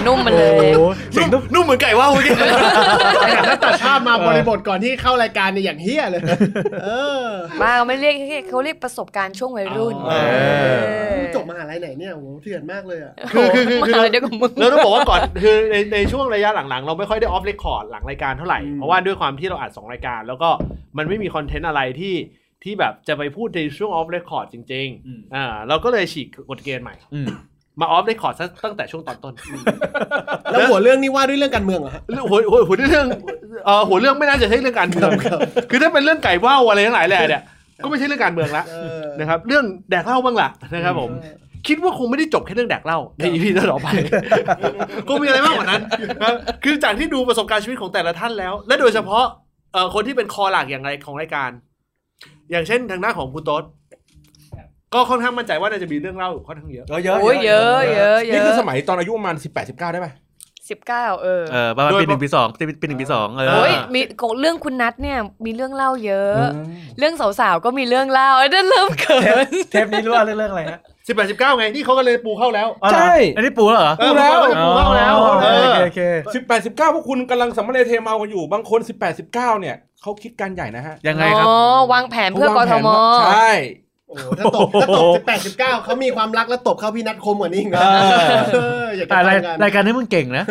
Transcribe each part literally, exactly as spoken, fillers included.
นุ่มมาเลยเสียงนุ่มเหมือนไก่ว่าวเมื่อกี้แล้วตัดภาพมาบริบทก่อนที่เข้ารายการเนี่ยอย่างเฮี้ยเลยเออมาไม่เรียกเขาเรียกประสบการณ์ช่วงวัยรุ่นจบมหาลัยไหนเนี่ยโหเถื่อนมากเลยอ่ะคือคือคือคือเราต้องบอกว่าก่อนคือในในช่วงระยะหลังๆเราไม่ค่อยได้ออฟเรคคอร์ดหลังรายการเท่าไหร่เพราะว่าด้วยความที่เราอัดสองรายการแล้วก็มันไม่มีคอนเทนต์อะไรที่ที่แบบจะไปพูดในช่วงออฟเรคคอร์ดจริงๆอ่าเราก็เลยฉีกกฎเกณฑ์ใหม่มาออฟเรคคอร์ดตั้งแต่ช่วงตอนต้นแล้วหัวเรื่องนี้ว่าด้วยเรื่องการเมืองเหรอฮะหัวหัวหัวเรื่องเอ่อหัวเรื่องไม่น่าจะใช่เรื่องการเมืองคือถ้าเป็นเรื่องไก่ว่าวอะไรทั้งหลายแหละเนี่ยก็ไม่ใช่เรื่องการเมืองละนะครับเรื่องแดกเหล้าบ้างล่ะนะครับผมคิดว่าคงไม่ได้จบแค่เรื่องแดกเหล้าใน อี พี ต่อไปคงมีอะไรมากกว่านั้นนะคือจากที่ดูประสบการณ์ชีวิตของแต่ละท่านแล้วและโดยเฉพาะเอ่อคนที่เป็นคอหลักอย่างไรของรายการอย่างเช่นทางหน้าของคุณโต๊ดก็ค่อนข้างมั่นใจว่าน่าจะมีเรื่องเล่าค่อนข้างเยอะเยอะเยอะเยอะเยอะนี่คือสมัยตอนอายุประมาณสิบแปด สิบเก้าได้ป่ะสิบเก้าเออเออประมาณปีหนึ่งปีสองปีหนึ่งปีสองเออโอ้ยมีเรื่องคุณนัทเนี่ยมีเรื่องเล่าเยอะเรื่องสาวๆก็มีเรื่องเล่าไอ้นั่นเริ่มเกิดเทปนี้รู้ว่าเรื่องอะไรฮะสิบแปด สิบเก้าไงนี่เขาก็เลยปูเข้าแล้วใช่อันนี้ปูแล้วเหรอปูแล้วปูเข้าแล้วเออโอเคสิบแปด สิบเก้าพวกคุณกำลังสัมมาเลเทเมากันอยู่บางคนสิบแปด สิบเก้าเนี่ยเขาคิดการใหญ่นะฮะยังไงครับอ๋อวางแผนเพื่อกทมใช่โอ้ถ้าตบถ้าตบสิบแปด สิบเก้าเขามีความรักแล้วตบเข้าพี่นัทคมกว่านี้อีกนะเอออยากจะฟังกันรายการนี้มึงเก่งนะ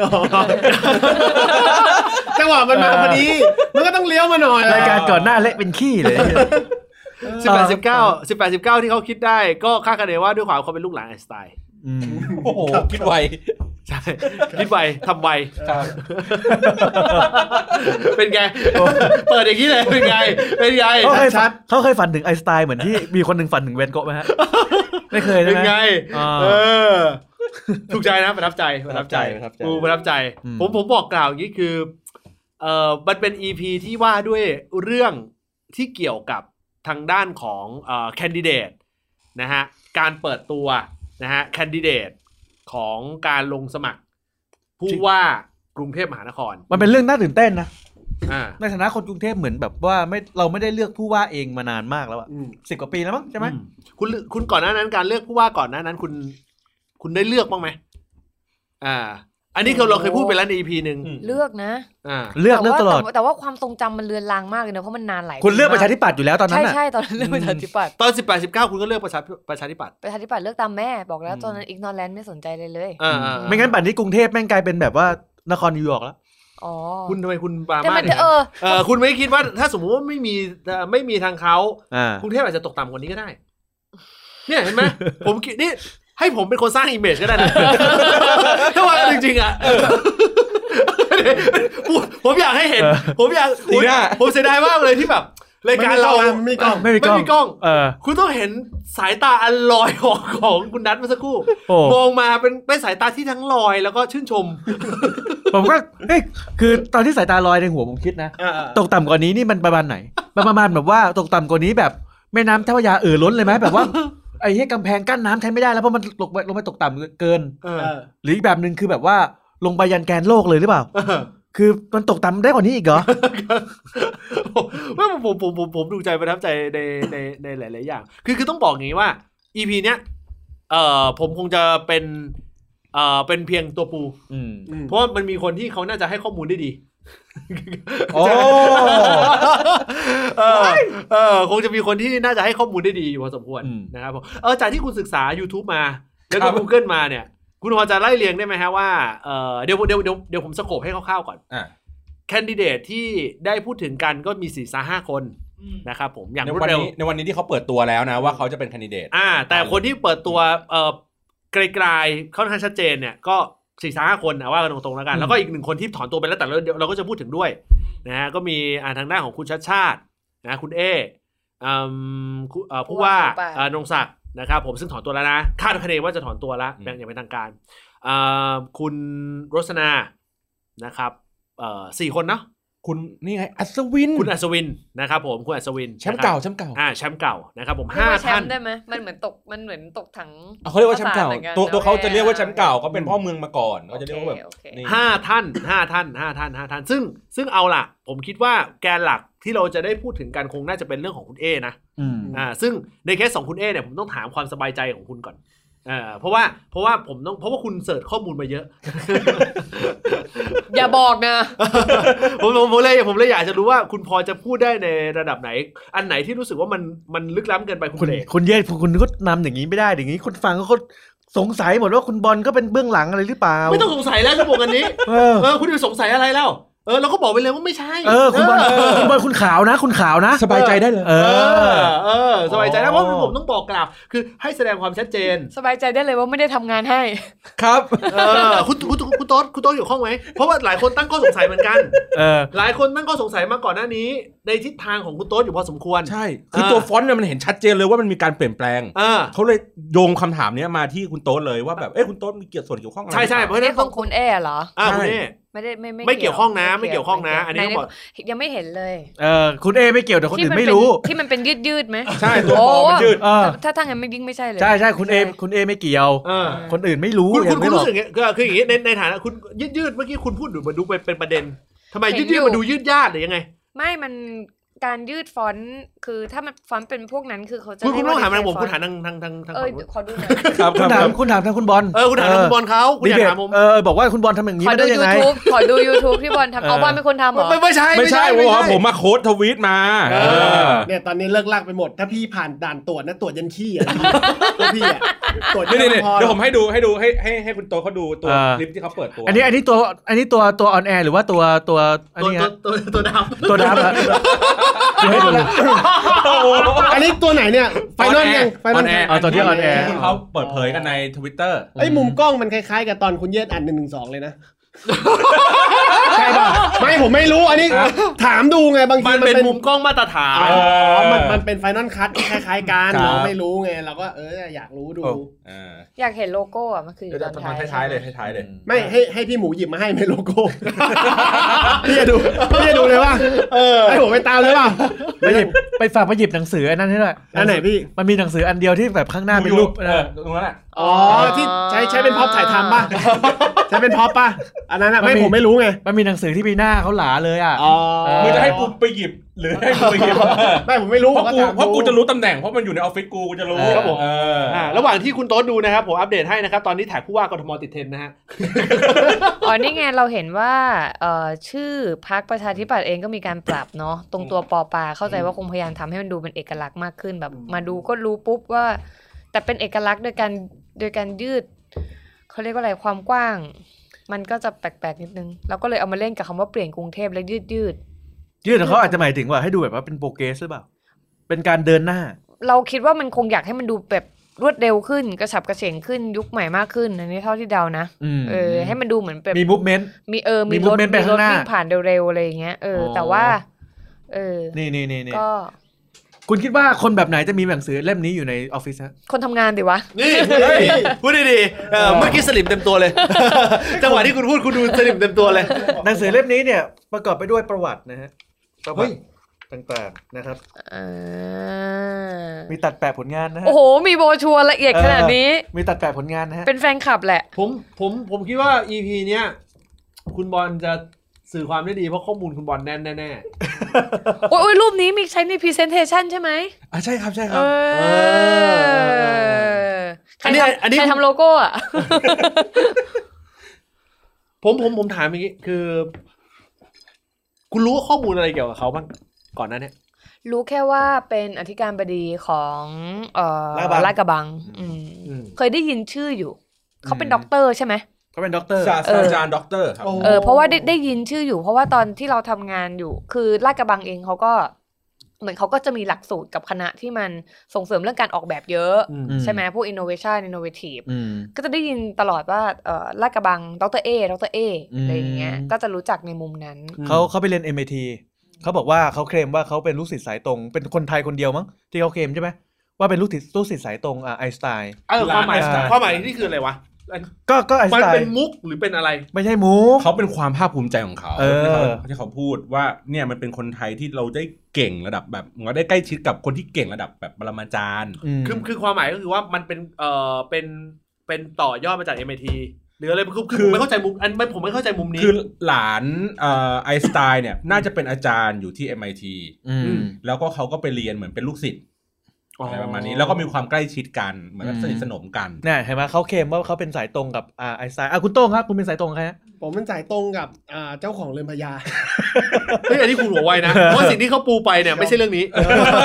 จังหวะมันมาพอดีมันก็ต้องเลี้ยวมาหน่อยรายการก่อนหน้าเละเป็นขี้เลยสิบแปด สิบเก้า สิบแปด สิบเก้าที่เขาคิดได้ก็คาดคะเนว่าด้วยความเขาเป็นลูกหลานไอน์สไตน์โอ้โหคิดไวใช่คิดไวทำไวเป็นไงเปิดอย่างนี้เลยเป็นไงเป็นไงเขาเคยฝันเขาเคยฝันถึงไอน์สไตน์เหมือนที่มีคนหนึ่งฝันถึงเวนโกะไหมฮะไม่เคยใช่ไหมเป็นไงเออถูกใจนะประทับใจประทับใจกูประทับใจผมผมบอกกล่าวอย่างนี้คือเอ่อมันเป็น อี พี ที่ว่าด้วยเรื่องที่เกี่ยวกับทางด้านของเอ่อแคนดิเดตนะฮะการเปิดตัวนะฮะแคนดิเดตของการลงสมัครผู้ว่ากรุงเทพมหานครมันเป็นเรื่องน่าตื่นเต้นนะในฐานะคนกรุงเทพเหมือนแบบว่าไม่เราไม่ได้เลือกผู้ว่าเองมานานมากแล้วอ่ะสิบกว่าปีแล้วมั้งใช่ไหมคุณคุณก่อนหน้านั้นการเลือกผู้ว่าก่อนหน้านั้นคุณคุณได้เลือกบ้างไหมอ่าอันนี้เราเคยพูดไปแล้วใน อี พี นึงเลือกนะอ่าเลือกเลือกตลอดแต่ว่าความทรงจำมันเลือนลางมากเลยนะเพราะมันนานหลายคุณเลือกประชาธิปัตย์อยู่แล้วตอนนั้นใช่ใช่ตอนนั้นเลือกประชาธิปัตย์ตอนสิบแปด สิบเก้าคุณก็เลือกประชาประชาธิปัตย์ประชาธิปัตย์เลือกตามแม่บอกแล้วตอนนั้นอิกนอร์แลนด์ไม่สนใจเลยเลยไม่งั้นป่านนี้กรุงเทพแม่งกลายเป็นแบบว่านครนิวยอร์กแล้วอ๋อคุณทำไมคุณปามาเนี่ยเออเออคุณไม่คิดว่าถ้าสมมุติว่าไม่มีไม่มีทางเขากรุงเทพอาจจะตกต่ำกว่านี้ก็ได้เนี่ยเห็นไหมผมคิดนี่ให้ผมเป็นคนสร้างอิมเมจก็ได้นะถ้าว่าจริงๆอ่ะผมอยากให้เห็นผมอยากผมเสียดายมากเลยที่แบบรายการเราไม่มีกล้องไม่มีกล้องคุณต้องเห็นสายตาอันลอยของของคุณนัทเมื่อสักครู่มองมาเป็นเป็นสายตาที่ทั้งลอยแล้วก็ชื่นชมผมก็เฮ้ยคือตอนที่สายตาลอยในหัวผมคิดนะตกต่ำกว่านี้นี่มันประมาณไหนประมาณแบบว่าตกต่ำกว่านี้แบบแม่น้ำเจ้าพระยาเอ่อล้นเลยไหมแบบว่าไอ้เหี้ยกำแพงกั้นน้ำใช้ไม่ได้แล้วเพราะมันลงไปลงไปตกต่ำเกินหรืออีกแบบนึงคือแบบว่าลงไปยันแกนโลกเลยหรือเปล่าคือมันตกต่ำได้กว่านี้อีกเหรอว่าผมผมผมผมดูใจประทับใจในในในหลายๆอย่างคือคือต้องบอกอย่างนี้ว่า อี พี เนี้ยเอ่อผมคงจะเป็นเอ่อเป็นเพียงตัวปูเพราะว่ามันมีคนที่เขาน่าจะให้ข้อมูลได้ดีโอ้เออเออคงจะมีคนที่น่าจะให้ข้อมูลได้ดีอยู่พอสมควรนะครับผมเออจากที่คุณศึกษา YouTube มาแล้วก็ Google มาเนี่ยคุณพอจะไล่เรียงได้ไหมฮะว่าเออเดี๋ยวเดี๋ยวเดี๋ยวเดี๋ยวผมสโคปให้คร่าวๆก่อนแคนดิเดตที่ได้พูดถึงกันก็มี สี่ถึงห้า คนนะครับผมอย่างรวดเร็วในวันนี้ที่เขาเปิดตัวแล้วนะว่าเขาจะเป็นแคนดิเดตอ่าแต่คนที่เปิดตัวเออไกลๆค่อนข้างชัดเจนเนี่ยก็สี่ถึงห้า คนเอาว่ากันตรงๆแล้วกันแล้วก็อีกหนึ่งคนที่ถอนตัวไปแล้วแต่เราเราก็จะพูดถึงด้วยนะฮะก็มีทางด้านของคุณชัชชาตินะคุณเออืมผู้ว่านงศักดิ์นะครับผมซึ่งถอนตัวแล้วนะคาดคะเนว่าจะถอนตัวแล้วอย่างเป็นทางการคุณรสนานะครับสี่คนเนาะคุณนี่ไงอัศวินคุณอัศวินนะครับผมคุณอัศวินแชมป์เก่าแชมป์เก่าอ่าแชมป์เก่านะครับผมห้าท่านได้ไหมมันเหมือนตกมันเหมือนตกถังเขาเรียกว่าแชมป์เก่าตัวตัวเขาจะเรียกว่าแชมป์เก่าก็เป็นพ่อเมืองมาก่อนเขาจะเรียกว่าแบบห้าท่านห้าท่านห้าท่านห้าท่านซึ่งซึ่งเอาล่ะผมคิดว่าแกนหลักที่เราจะได้พูดถึงกันคงน่าจะเป็นเรื่องของคุณเอนะอ่าซึ่งในเคสของคุณเอเนี่ยผมต้องถามความสบายใจของคุณก่อนอ่าเพราะว่าเพราะว่าผมต้องเพราะว่าคุณเสิร์ชข้อมูลมาเยอะอย่าบอกนะผมผมผมเลยผมเลยอยากจะรู้ว่าคุณพอจะพูดได้ในระดับไหนอันไหนที่รู้สึกว่ามันมันลึกล้ำเกินไปคุณคุณเอกคุณเย่คุณก็นำอย่างนี้ไม่ได้อย่างนี้คนฟังก็สงสัยหมดว่าคุณบอลก็เป็นเบื้องหลังอะไรหรือเปล่าไม่ต้องสงสัยแล้วชั่วโมงอันนี้เออเออคุณจะสงสัยอะไรแล้วเออเราก็บอกไปเลยว่าไม่ใช่เออคุณบอลคุณบอลคุณขาวนะคุณขาวนะสบายใจได้เลยเอเอออเออสบายใจนะเพราะผมต้องบอกกล่าวคือให้แสดงความชัดเจนสบายใจได้เลยว่าไม่ได้ทำงานให้ครับเออคุณคุณคุณโต๊ดคุณโต๊ดเกี่ยวข้องไหมเพราะว่าหลายคนตั้งข้อสงสัยเหมือนกันเออหลายคนตั้งข้อสงสัยมาก่อนหน้านี้ ในทิศทางของคุณโต๊ดอยู่พอสมควรใช่คือตัวฟอนต์เนี่ยมันเห็นชัดเจนเลยว่ามันมีการเปลี่ยนแปลงเออเขาเลยโยงคำถามนี้มาที่คุณโต๊ดเลยว่าแบบเอ้ยคุณโต๊ดมีเกี่ยวส่วนเกี่ยวข้องอะไรใช่ใช่เพราะฉะนี่นั้นของคุณเอ๋เหรออ่าคุณนี่ไม่ได้ไม่ไม่เกี่ยวข้องนะไม่เกี่ยวข้องนะอันนี้ไหต้องบอกยังไม่เห็นเลยเออคุณเอไม่เกี่ยวแต่คนอื่นที่ไม่รู้เป็นที่มันเป็นยืดยืดๆไหมใช่ตัวปอมันยืดเออถ้าถ้างั้นไม่ยิ่งไม่ใช่เลยใช่ใช่คุณเอคุณเอไม่เกี่ยวเออคนอื่นไม่รู้คุณคุณยังคุไม่ณบอรู้กสึกอย่างเงี้ยคือคืออย่างงี้ในในฐานะคุณยืดยืดเมื่อกี้คุณพูดดูมันดูเป็นเป็นประเด็นทำไมเห็ยืนดอยู่ยืดมันดูยืดยาดหรือยังไงไม่มันการยืดฟอนต์คือถ้ามันฟอนต์เป็นพวกนั้นคือเขาจะคุณคุณต้องถามเรีทาย งกผว่มคุณถามทางทางทางทางเออฝั่งนู้นขอดูหน่อยครับคคุรัณบถาคมรับคุณถามทางคุณบอลเออคุณถามทางคุณบอลเขาคุณอยากถามผมเออบอกว่าคุณบอลทำอย่างนี้ขอไม่ดูได้ยังไง YouTube ขอดู YouTube ที่บอลทำเอาบอลเป็นคนทำเหรอไม่ไม่ใช่ไม่ใช่ผมว่าผมมาโค้ดทวีตมาเออเนี่ยตอนนี้เลิกลากไปหมด ถ้าพี่ผ่านด่านตรวจนะตรวจยันขี้อ่ะตัวพี่อ่ะตรวจนี่นี่พอเดี๋ยวผมให้ดูให้ดูให้ให้ให้คุณโต๊ดเขาดูตัวเออคลิปที่เขาเปิดตัวอันนี้อันนี้ตัวอันนี้ตัวตัวออนแอร์หรือว่าตัวตัวอันตัวนี้ตัวฮะตัวตัวดำตัวดับอะเดี๋ยวให้ดูเลยอันนี้ตัวไหนเนี่ยไฟนอลยังไฟนอออลนแอร์เอาตัวที่ออนแอร์ที่เขาเปิดเผยกันใน Twitter ไอ้ยมุมกล้องมันคล้ายๆกับตอนคุณเยศอ่านหนึ่งหนึ่งสองเลยนะใช่ป่ะไม่ผมไม่รู้อันนี้ถามดูไงบางทีมันเป็นมุมกล้องมาตรฐานอ๋อมันมันเป็นไฟนอลคัทที่คล้ายๆกันครับเราไม่รู้ไงเราก็เอออยากรู้ดูอ่าอยากเห็นโลโก้อะมันคืออยู่เดี๋ยวตอนจะท้ายมาท้ายๆเลยท้ายๆเลยไม่ให้ให้พี่หมูหยิบมาให้ไม่โลโก้ พี่จะดูพี่จะดูเลยว่าเออให้ผมไปตามเลยป่ะไปหยิบไปฝากไปหยิบหนังสืออันนั้นให้ด้วยอันไหนพี่มันมีหนังสืออันเดียวที่แบบข้างหน้าเป็นรูปเออตรงนั้นแหละอ๋อที่ใช้ใช้เป็นพ็อปถ่ายทำป่ะใช้เป็นพ็อปป่ะอันนั้นอ่ะไม่ผมไม่รู้ไงมันมีหนังสือที่มีหน้าเขาหลาเลยอ่ะอ๋อมึงจะให้กูไปหยิบหรือให้กูไปหยิบไม่ผมไม่รู้เพราะกูผมก็ถามเพราะกูจะรู้ตำแหน่งเพราะมันอยู่ในออฟฟิศกูกูจะรู้ครับผมเอออ่าระหว่างที่คุณโต๊ดดูนะครับผมอัปเดตให้นะครับตอนนี้แท็กผู้ว่ากทมติดเทรนด์นะฮะอ๋อนี่ไงเราเห็นว่าเอ่อชื่อพรรคประชาธิปัตย์เองก็มีการปรับเนาะตรงตัวปอปาเข้าใจว่าคงพยายามทำให้มันดูเป็นเอกลักษณ์มากขึ้นแบบ มาดูก็รู้ปุ๊บว่า แต่เป็นเอกลักษณ์โดยการโดยการยืดเขาเรียกว่าอะไรความกว้าง มันก็จะแปลกๆนิดนึงเราก็เลยเอามาเล่นกับคำว่าเปลี่ยนกรุงเทพแล้วยืดยืดยืดของเขาอาจจะหมายถึงว่าให้ดูแบบว่าเป็นโปรเกรสหรือเปล่าเป็นการเดินหน้าเราคิดว่ามันคงอยากให้มันดูแบบรวดเร็วขึ้นกระฉับกระเฉงขึ้นยุคใหม่มากขึ้นอันนี้เท่าที่เดานะอืมเออให้มันดูเหมือนแบบมีมูฟเมนต์มีเออมีมีรถ movement ไปมีรข้าถงหน้าวิ่งผ่านเร็วๆอะไรอย่างเงี้ยเออออแต่ว่า เออนี่นี่นี่นี่ก็คุณคิดว่าคนแบบไหนจะมีหนังสือเล่มนี้อยู่ในออฟฟิศฮะคนทำงานดิวะนี่พูดดีๆเออเมื่อกี้สลิมเต็มตัวเลย จังหวะที่คุณพูดคุณดูสลิมเต็มตัวเลยหนังสือเล่มนี้เนี่ยประกอบไปด้วยประวัตินะฮะประวัติต่างๆนะครับเออมีตัดแปะผลงานนะฮะโอ้โหมีโบรชัวร์ละเอียดขนาดนี้มีตัดแปะผลงานนะฮะเป็นแฟนคลับแหละผมผมผมคิดว่า อี พี เนี้ยคุณบอลจะสื่อความได้ดีเพราะข้อมูลคุณบอลแน่นแน่โอ้ยโอ้ยรูปนี้มีใช้ในพรีเซนเทชันใช่ไหมอ่ะใช่ครับใช่คเอรับอๆอันนี้ใครทำอันนี้ใครทำโลโก้อะผมผมผมถามอย่างนี้คือ คุณรู้ข้อมูลอะไรเกี่ยวกับเขาบ้างก่อนหน้านี้รู้แค่ว่าเป็นอธิการบดีของเอ่อลาดกระบังลาดกระบังอืมอืมเคยได้ยินชื่ออยู่ เขาเป็นด็อกเตอร์ใช่ไหมเขาเป็นด็อกเตอร์ศาสตราจารย์ด็อกเตอร์ครับเออเพราะว่าได้ได้ยินชื่ออยู่ เพราะว่าตอนที่เราทำงานอยู่ คือลาดกระบังเองเขาก็เหมือนเขาก็จะมีหลักสูตรกับคณะที่มันส่งเสริมเรื่องการออกแบบเยอะอืมใช่ไหมพวก innovation innovative อืมก็จะได้ยินตลอดว่าเอ่อลาดกระบังดรเอดรเออืมอะไรอย่างเงี้ยก็จะรู้จักในมุมนั้นเขาเขาไปเรียน เอ็ม ไอ ที เขาบอกว่าเขาเคลมว่าเขาเป็นลูกศิษย์สายตรง เป็นคนไทยคนเดียวมั้งที่เขาเคลมใช่ไหมว่าเป็นลูกศิษย์ลูกศิษย์สายตรงอ่ะไอน์สไตน์เออความหมายอ่าความหมายนี่คืออะไรวะก็ก็ไอน์สมันไตเป็นน์มุกหรือเป็นอะไรไม่ใช่มูฟเขาเป็นความภาคภูมิใจของเขาเออที่เขาที่เขาพูดว่าเนี่ยมันเป็นคนไทยที่เราได้เก่งระดับแบบเราได้ใกล้ชิดกับคนที่เก่งระดับแบบปรมาจารย์มคือคือความหมายก็คือว่ามันเป็นเอ่อเป็นเป็นต่อยอดมาจาก เอ็ม ไอ ที หรืออะไรคือคือผมไม่เข้าใจมุมอันไม่ผมไม่เข้าใจมุมนี้คือหลานเอ่อไอน์สไตน์เนี่ยน่าจะเป็นอาจารย์อยู่ที่ เอ็ม ไอ ทีอืมแล้วก็เขาก็ไปเรียนเหมือนเป็นลูกศิษย์อะไรประมาณนี้แล้วก็มีความใกล้ชิดกันเหมือนกับสนิทสนมกันเนี่ยเห็นไหมเขาเคลมว่าเขาเป็นสายตรงกับอ่าไอซ์ไซน์อ่ะคุณโต้งครับคุณเป็นสายตรงใครฮะผมเป็นสายตรงกับอ่าเจ้าของเรือนพญาเฮ้ยอันนี้คุณหัวไวนะเพราะสิ่งที่เขาปูไปเนี่ยไม่ใช่เรื่องนี้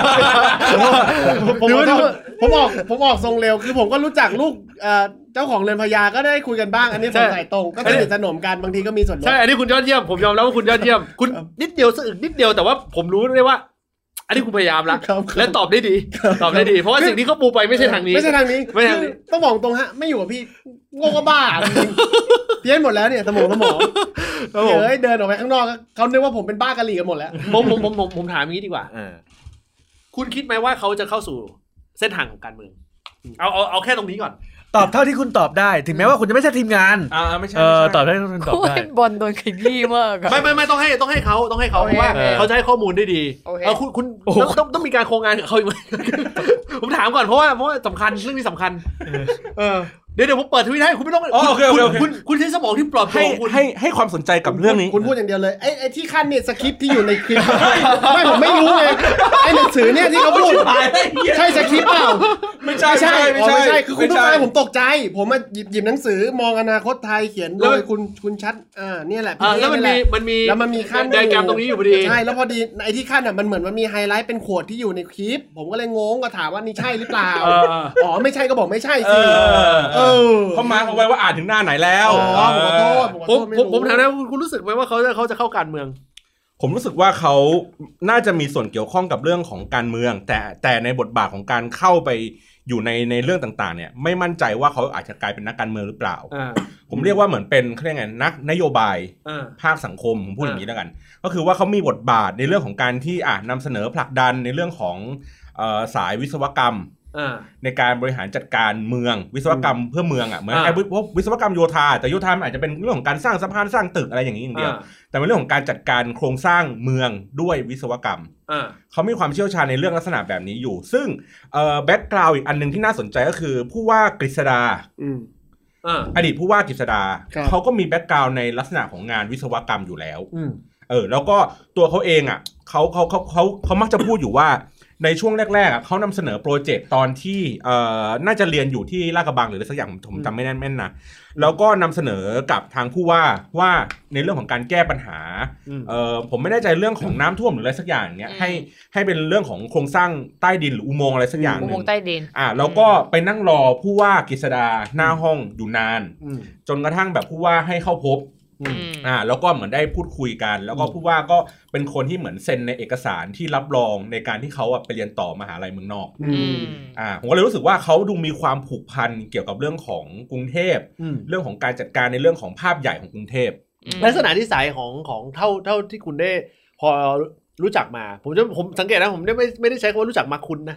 ผมผมออกผมออกทรงเร็วคือผมก็รู้จักลูกเจ้าของเรือนพญาก็ได้คุยกันบ้างอันนี้ผมสายตรงก็สนิทสนมกันบางทีก็มีส่วนใช่อันนี้คุณยอดเยี่ยมผมยอมรับว่าคุณยอดเยี่ยมคุณนิดเดียวสะอึกนิดเดียวแต่ว่าผมรู้ได้ว่าอันนี้คุณพยายามแล้วและตอบได้ดีตอบได้ดีเพราะว่าสิ่งที่เขาปูไปไม่ใช่ทางนี้ไม่ใช่ทางนี้ไม่ใช่ต้องบอกตรงฮะไม่อยู่กับพี่โง่ก็บ้าเพี้ยนหมดแล้วเนี่ยสมองสมองเฮ้ยเดินออกไปข้างนอกเขาคิดว่าผมเป็นบ้ากะหรี่กันหมดแล้วผมผมผมผมผมถามอย่างนี้ดีกว่าคุณคิดไหมว่าเขาจะเข้าสู่เส้นทางของการเมืองเอาเอาเอาแค่ตรงนี้ก่อนตอบเท่าที่คุณตอบได้ถึงแม้ว่าคุณจะไม่ใช่ทีมงานอ่าไม่ใช่เออตอบได้คุณตอบได้บอลโดนขยี้มากไม่ไม่ไม่ต้องให้ต้องให้เขาต้องให้เขาเพราะว่าเขาจะให้ข้อมูลได้ดีเออคุณคุณต้องต้องมีการโครงงานกับเขาอีกไหมผมถามก่อนเพราะว่าเพราะว่าสำคัญเรื่องนี้สำคัญเออเดี๋ยวเดี๋ยวผมเปิดทวิตให้คุณไม่ต้องคุณคุณใช้สมองที่ปลอดโปร่งคุณให้ให้ความสนใจกับเรื่องนี้คุณพูดอย่างเดียวเลยไอ้ไอ้ที่ขั้นเนี่ยสคริปต์ที่อยู่ในคลิปไม่ผมไม่รู้ไงไอ้หนังสือเนี่ยที่เขาพูดใช่สคริปต์เปล่าไม่ใช่ไม่ใช่ไม่ใช่คือคุณพูดไปผมตกใจผมมาหยิบหยิบหนังสือมองอนาคตไทยเขียนโดยคุณคุณชัดอ่าเนี่ยแหละแล้วมันมีมันมีแล้วมันมีขั้นไดอะแกรมตรงนี้อยู่พอดีใช่แล้วพอดีไอ้ที่ขั้นอ่ะมันเหมือนมันมีไฮไลท์เป็นขวดที่อยู่ในคลิปผมก็เลยงงก็ถามว่านี่ใช่หรือเปล่าอ๋อไม่ใช่ก็บอกไม่ใช่สิเออเขามาเอาไว้ว่าอ่านถึงหน้าไหนแล้วอ๋อผมขอโทษผมผมผมถามนะคุณรู้สึกไหมว่าเขาจะเขาจะเข้าการเมืองผมรู้สึกว่าเขาน่าจะมีส่วนเกี่ยวข้องกับเรื่องของการเมืองแต่แต่ในบทบาทของการเข้าไปอยู่ในในเรื่องต่างๆเนี่ยไม่มั่นใจว่าเขาอาจจะกลายเป็นนักการเมืองหรือเปล่าผมเรียกว่าเหมือนเป็นเขาเรียกไงนักนโยบายภาคสังคมผมพูดอย่างนี้แล้วกันก็คือว่าเขามีบทบาทในเรื่องของการที่อ่านำเสนอผลักดันในเรื่องของสายวิศวกรรมในการบริหารจัดการเมืองวิศวกรรมเพื่อเมืองอ่ะเหมือนไอ้วิศวกรรมโยธาแต่โยธาอาจจะเป็นเรื่องของการสร้างสะพานสร้างตึกอะไรอย่างนี้อย่างเดียวแต่เป็นเรื่องของการจัดการโครงสร้างเมืองด้วยวิศวกรรมเขามีความเชี่ยวชาญในเรื่องลักษณะแบบนี้อยู่ซึ่งแบ็กกราวด์อีกอันนึงที่น่าสนใจก็คือผู้ว่ากฤษดาอดีตผู้ว่ากฤษดาเขาก็มีแบ็กกราวด์ในลักษณะของงานวิศวกรรมอยู่แล้วเออแล้วก็ตัวเขาเองอ่ะเขาเขาเขาเขาเขามักจะพูดอยู่ว่าในช่วงแรกๆอ่ะเขานำเสนอโปรเจกต์ตอนที่เอ่อน่าจะเรียนอยู่ที่ลาดกระบังหรืออะไรสักอย่างผมจำไม่แน่นแม่นนะแล้วก็นำเสนอกับทางผู้ว่าว่าในเรื่องของการแก้ปัญหาเอ่อผมไม่แน่ใจเรื่องของน้ำท่วมหรืออะไรสักอย่างเนี้ยให้ให้เป็นเรื่องของโครงสร้างใต้ดินหรืออุโมงค์อะไรสักอย่างนึงอุโมงค์ใต้ดินอ่าแล้วก็ไปนั่งรอผู้ว่ากฤษดาหน้าห้องอยู่นานจนกระทั่งแบบผู้ว่าให้เข้าพบอ่าแล้วก็เหมือนได้พูดคุยกันแล้วก็ผู้ว่าก็เป็นคนที่เหมือนเซ็นในเอกสารที่รับรองในการที่เขาไปเรียนต่อมหาลัยเมืองนอกอ่าผมก็เลยรู้สึกว่าเขาดูมีความผูกพันเกี่ยวกับเรื่องของกรุงเทพเรื่องของการจัดการในเรื่องของภาพใหญ่ของกรุงเทพลักษณะนิสัยของของเท่าเท่าที่คุณได้พอรู้จักมาผมจะผมสังเกตนะผมไม่ไม่ได้ใช้คำว่ารู้จักมาคุณนะ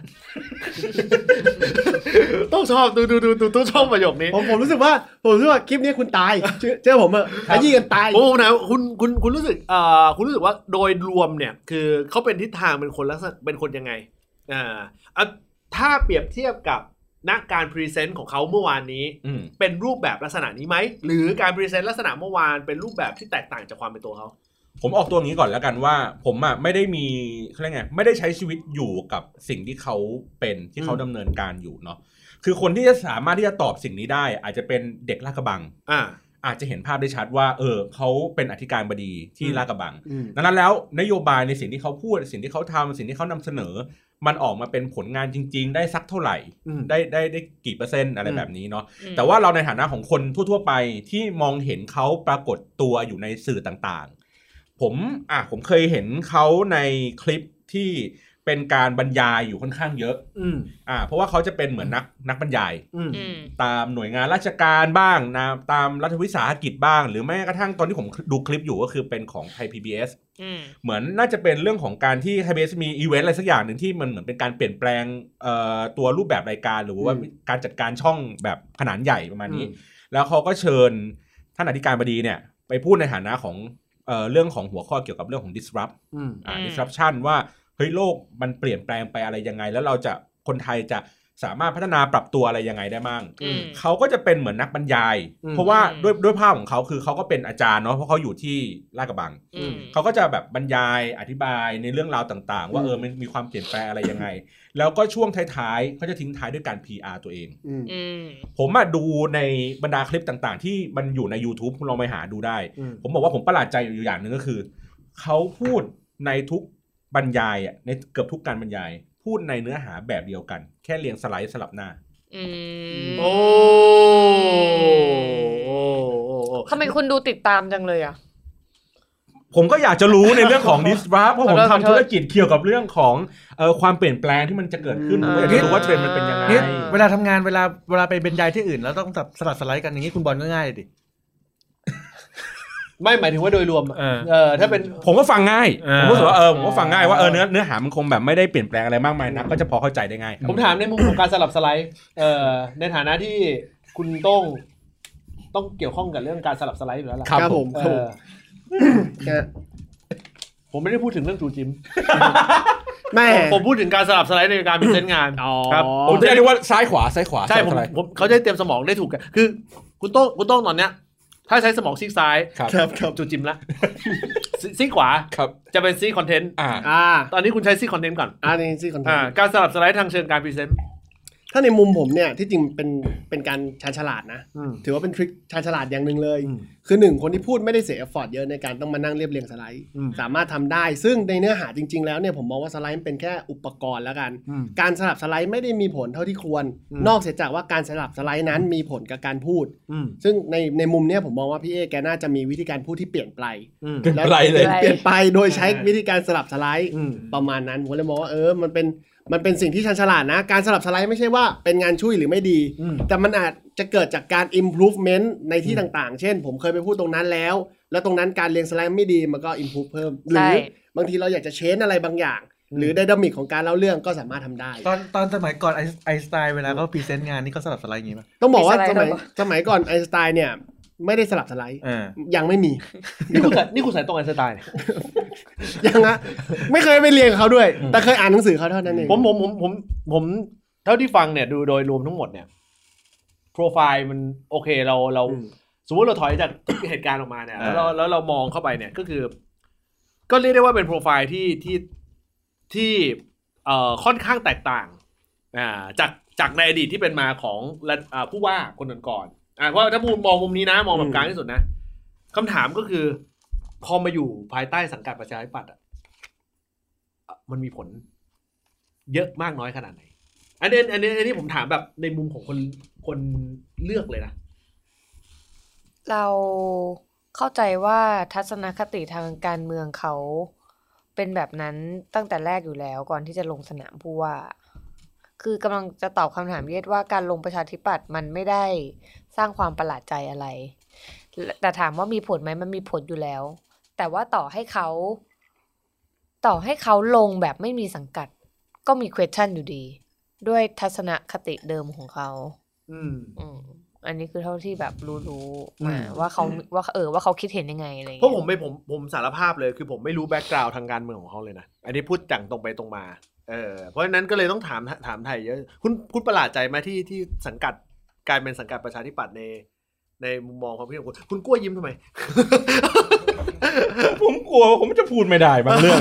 ต้องชอบดูดูดูดูต้องชอบประโยคนี้ผมผมรู้สึกว่าผมรู้สึกว่าคลิปนี้คุณตายเชื่อผมเออขยี้กันตายโอ้นะคุณคุณคุณรู้สึกอ่าคุณรู้สึกว่าโดยรวมเนี่ยคือเขาเป็นทิศทางเป็นคนลักษณะเป็นคนยังไงอ่าถ้าเปรียบเทียบกับณการพรีเซนต์ของเขาเมื่อวานนี้เป็นรูปแบบลักษณะนี้ไหมหรือการพรีเซนต์ลักษณะเมื่อวานเป็นรูปแบบที่แตกต่างจากความเป็นตัวเขาผมออกตัวนี้ก่อนแล้วกันว่าผมอ่ะไม่ได้มีเขาเรียกไงไม่ได้ใช้ชีวิตอยู่กับสิ่งที่เขาเป็นที่เขาดำเนินการอยู่เนาะคือคนที่จะสามารถที่จะตอบสิ่งนี้ได้อาจจะเป็นเด็กลาดกระบังอ่าอาจจะเห็นภาพได้ชัดว่าเออเขาเป็นอธิการบดีที่ลาดกระบังดังนั้นแล้วนโยบายในสิ่งที่เขาพูดสิ่งที่เขาทำสิ่งที่เขานำเสนอมันออกมาเป็นผลงานจริงๆได้สักเท่าไหร่ได้ได้ได้กี่เปอร์เซ็นต์อะไรแบบนี้เนาะแต่ว่าเราในฐานะของคนทั่วๆไปที่มองเห็นเขาปรากฏตัวอยู่ในสื่อต่างๆผมอ่ะผมเคยเห็นเขาในคลิปที่เป็นการบรรยายอยู่ค่อนข้างเยอะอืมอ่าเพราะว่าเขาจะเป็นเหมือนนักนักบรรยายอืมตามหน่วยงานราชการบ้างนะตามรัฐวิสาหกิจบ้างหรือแม้กระทั่งตอนที่ผมดูคลิปอยู่ก็คือเป็นของไทย พี บี เอส อืมเหมือนน่าจะเป็นเรื่องของการที่ไทย พี บี เอส มีอีเวนต์อะไรสักอย่างหนึ่งที่มันเหมือนเป็นการเปลี่ยนแปลงเอ่อตัวรูปแบบรายการหรือว่าการจัดการช่องแบบขนาดใหญ่ประมาณนี้แล้วเขาก็เชิญท่านอธิการบดีเนี่ยไปพูดในฐานะของเอ่อเรื่องของหัวข้อเกี่ยวกับเรื่องของ disrupt อ่า disruption ว่าเฮ้ยโลกมันเปลี่ยนแปลงไปอะไรยังไงแล้วเราจะคนไทยจะสามารถพัฒนาปรับตัวอะไรยังไงได้บ้างอืมเขาก็จะเป็นเหมือนนักบรรยายอืมเพราะว่าอืมด้วยด้วยภาพของเขาคือเขาก็เป็นอาจารย์เนาะเพราะเขาอยู่ที่ลาดกระบังอืมเขาก็จะแบบบรรยายอธิบายในเรื่องราวต่างๆ ว่าเออมันมีความเปลี่ยนแปลงอะไรยังไง แล้วก็ช่วงท้ายๆเขาจะทิ้งท้ายด้วยการ พี อาร์ ตัวเองอืมอืมผมมาดูในบรรดาคลิปต่างๆ ที่มันอยู่ใน YouTube คุณลองไปหาดูได้อืมผมบอกว่าผมประหลาดใจอยู่อย่างหนึ่งก็คือเขาพูดในทุกบรรยายอ่ะในเกือบทุกการบรรยาย พูดในเนื้อหาแบบเดียวกัน แค่เรียงสไลด์สลับหน้าอืมโอ้โอ้โอ้โอ้ทำไมคุณดูติดตามจังเลยอ่ะผมก็อยากจะรู้ในเรื่องของ disrupt เพราะผมขอโทษขอโทษทำธุรกิจเกี่ยวกับเรื่องของเอ่อความเปลี่ยนแปลงที่มันจะเกิดขึ้นผมก็อยากจะรู้ว่าเทรนด์มันเป็นยังไงนี่เวลาทำงานเวลาเวลาไปบรรยายที่อื่นแล้วต้องสลับสไลด์กันอย่างนี้คุณบอลก็ง่ายเลยดิไม่หมายถึงว่าโดยรวมเออเออถ้าเป็นผมก็ฟังง่ายเออผมรู้สึกว่าเออผมก็ฟังง่ายว่าเออเนื้อเนื้อหามันคงแบบไม่ได้เปลี่ยนแปลงอะไรมากมายนักก็จะพอเข้าใจได้ง่ายผมถามในมุมของการสลับสไลด์เอ่อในฐานะที่คุณต้องต้องเกี่ยวข้องกับเรื่องการสลับสไลด์อยู่แล้วล่ะครับครับผผม มเอครับผมอแค่ผมไม่ได้พูดถึงเรื่องจูจิมแม่ผมพูดถึงการสลับสไลด์ในการพรีเซนต์งานอ๋อครับผมจะเรียกว่าซ้ายขวาซ้ายขวาใช่ผมอะไรผมเขาจะเตรียมสมองได้ถูกกันคือคุณโต้งคุณโต้งตอนเนี้ยถ้าใช้สมองซีกซ้ายครับครับครับจูจิมละซีซีกขวาครับจะเป็นซีคอนเทนต์อ่าอ่าตอนนี้คุณใช้ซีคอนเทนต์ก่อนอ่านี่สิคอนเทนอ่าต์การสลับสไลด์ทางเชิงการพรีเซนต์ถ้าในมุมผมเนี่ยที่จริงเป็นเป็นการชาญฉลาดนะอืมถือว่าเป็นทริคชาญฉลาดอย่างหนึ่งเลยอืมคือหนึ่งคนที่พูดไม่ได้เสียเอฟฟอร์ตเยอะในการต้องมานั่งเรียบเรียงสไลด์อืมสามารถทำได้ ซึ่งในเนื้อหาจริง ๆ แล้วเนี่ยผมมองว่าสไลด์มันเป็นแค่อุปกรณ์แล้วกันอืมการสลับสไลด์ไม่ได้มีผลเท่าที่ควรอืมนอกเสียจากว่าการสลับสไลด์นั้นมีผลกับการพูดอืมซึ่งในในมุมเนี้ยผมมองว่าพี่เอแกน่าจะมีวิธีการพูดที่เปลี่ยนไปอืมเปลี่ยนแล้วไปเลยเปลี่ยนไปโดยใช้วิธีการสลับสไลด์อืมประมาณนั้นผมเลยมองว่าเออมันเป็นมันเป็นสิ่งที่ชันฉลาดนะการสลับสไลด์ไม่ใช่ว่าเป็นงานช่วยหรือไม่ดีอืมแต่มันอาจจะเกิดจากการ improvement ในที่ต่างๆ เช่น ผมเคยไปพูดตรงนั้นแล้ว แล้วตรงนั้นการเรียงสไลด์ไม่ดีมันก็ improve เพิ่มหรืใช่อบางทีเราอยากจะเชนอะไรบางอย่าง หรือไดนามิกของการเล่าเรื่องก็สามารถทำได้ตอนตอนสมัยก่อนไอไอสไตล์เวลาเขาพรีเซนต์งานนี่เขาสลับสไลด์อย่างงี้ป่ะต้องบอกว่ามีสสไลด์มัยด้วยปะสมัยก่อนไอน์สไตน์เนี่ยไม่ได้สลับสไลด์เออยังไม่มีนี่คุณใส่นี่คุณใส่ตรงไอน์สไตน์เนี่ยยังอะไม่เคยไปเรียนกับเขาด้วย แต่เคยอ่านหนังสือเขาเท่านั้นเองผมผมผมผมผมเท่าที่ฟังเนี่ยดูโดยรวมทั้งหมดเนี่ยโปรไฟล์มันโอเคเราเราอืมสมมติเราถอยจาก เหตุการณ์ออกมาเนี่ยอ่าแล้วเราแล้วเรามองเข้าไปเนี่ยก็คือ ก็เรียกได้ว่าเป็นโปรไฟล์ที่ที่ที่เอ่อค่อนข้างแตกต่างอ่าจากจากในอดีตที่เป็นมาของระอ่าผู้ว่าคนก่อนๆอ่าเพราะถ้าพูดมองมุมนี้นะมองแบบกลางที่สุดนะคำถามก็คือพอมาอยู่ภายใต้สังกัดประชาธิปัตย์อ่ะอ่ะมันมีผลเยอะมากน้อยขนาดไหน อันนี้อันนี้อันนี้ผมถามแบบในมุมของคนคนเลือกเลยนะเราเข้าใจว่าทัศนคติทางการเมืองเขาเป็นแบบนั้นตั้งแต่แรกอยู่แล้วก่อนที่จะลงสนามผู้ว่า คือกำลังจะตอบคำถามเยศว่าการลงประชาธิปัตย์มันไม่ได้สร้างความประหลาดใจอะไร แต่ถามว่ามีผลไหมมันมีผลอยู่แล้ว แต่ว่าต่อให้เขา ต่อให้เขาลงแบบไม่มีสังกัด ก็มี question อยู่ดี ด้วยทัศนคติเดิมของเขาอืมอืมอันนี้คือเท่าที่แบบรู้อืๆมมาว่าเขาว่าเออว่าเขาคิดเห็นยังไงอะไรอย่างเพราะเงี้ยผมไม่ผมผมสารภาพเลยคือผมไม่รู้แบ็กกราวด์ทางการเมืองของเขาเลยนะ อันนี้พูดจังตรงไปตรงมา เออเพราะฉะนั้นก็เลยต้องถามถามไทยเยอะคุณคุณประหลาดใจไหมที่ที่สังกัดกลายเป็นสังกัดประชาธิปัตย์ในในมุมมองความคิดของคุณคุณกล้วยยิ้มทำไมผมกลัวว่าผมจะพูดไม่ได้บางเรื่อง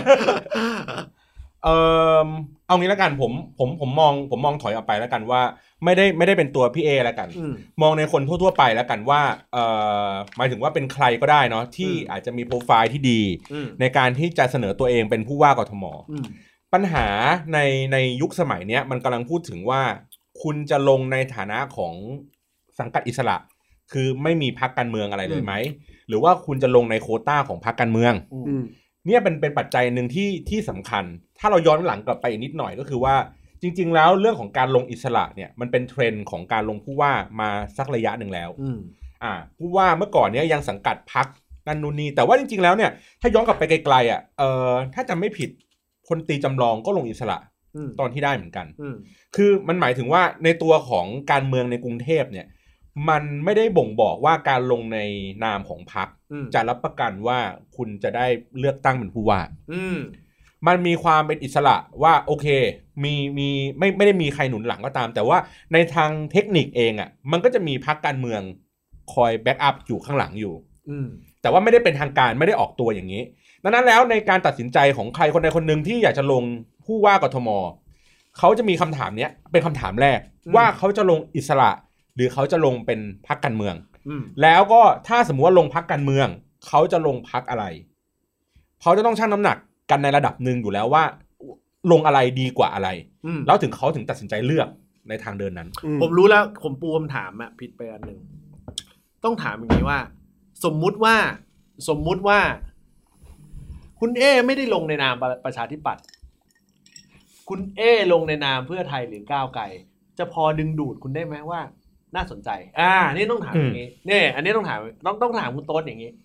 เออเอางี้แล้วกันผมผมผมมองผมมองถอยออกไปแล้วกันว่าไม่ได้ไม่ได้เป็นตัวพี่เอแล้วกันอืมมองในคนทั่วๆไปแล้วกันว่าเอ่อหมายถึงว่าเป็นใครก็ได้เนาะที่อืมอาจจะมีโปรไฟล์ที่ดีอืมในการที่จะเสนอตัวเองเป็นผู้ว่ากทมอืมปัญหาในในยุคสมัยเนี้ยมันกำลังพูดถึงว่าคุณจะลงในฐานะของสังกัดอิสระ คือไม่มีพรรคการเมืองอะไรเลยไหมหรือว่าคุณจะลงในโควต้าของพรรคการเมืองอืมเนี่ยเป็นเป็นปัจจัยหนึ่งที่ที่สำคัญ ถ้าเราย้อนหลังกลับไปอีกนิดหน่อยก็คือว่าจริงๆแล้วเรื่องของการลงอิสระเนี่ยมันเป็นเทรนด์ของการลงผู้ว่ามาสักระยะหนึ่งแล้วอืมอ่าผู้ว่าเมื่อก่อนเนี่ยยังสังกัดพรรคนั่นนู่นนี่แต่ว่าจริงๆแล้วเนี่ยถ้าย้อนกลับไปไกลๆอ่ะเอ่อถ้าจำไม่ผิดพลตรีจำลองก็ลงอิสระอืมตอนที่ได้เหมือนกันอืมคือมันหมายถึงว่าในตัวของการเมืองในกรุงเทพเนี่ยมันไม่ได้บ่งบอกว่าการลงในนามของพรรคอืมจะรับประกันว่าคุณจะได้เลือกตั้งเป็นผู้ว่าอืมมันมีความเป็นอิสระว่าโอเคมีมีไม่ไม่ได้มีใครหนุนหลังก็ตามแต่ว่าในทางเทคนิคเองอ่ะมันก็จะมีพรรคการเมืองคอยแบ็กอัพอยู่ข้างหลังอยู่แต่ว่าไม่ได้เป็นทางการไม่ได้ออกตัวอย่างนี้ดังนั้นแล้วในการตัดสินใจของใครคนใดคนหนึ่งที่อยากจะลงผู้ว่ากทมเขาจะมีคำถามเนี้ยเป็นคำถามแรกว่าเขาจะลงอิสระหรือเขาจะลงเป็นพรรคการเมืองแล้วก็ถ้าสมมติว่าลงพรรคการเมืองเขาจะลงพรรคอะไรเขาจะต้องชั่งน้ำหนักกันในระดับหนึ่งอยู่แล้วว่าลงอะไรดีกว่าอะไรแล้วถึงเขาถึงตัดสินใจเลือกในทางเดินนั้นผมรู้แล้วผมปูคำถามอะผิดไปอันหนึ่งต้องถามอย่างนี้ว่าสมมุติว่าสมมุติว่าคุณเอไม่ได้ลงในนามประชาธิปัตย์คุณเอลงในนามเพื่อไทยหรือก้าวไกลจะพอดึงดูดคุณได้ไหมว่าน่าสนใจอ่านี่ต้องถามอย่างนี้เนี่ยอันนี้ต้องถามต้องต้องถามคุณโต๊ดอย่างนี้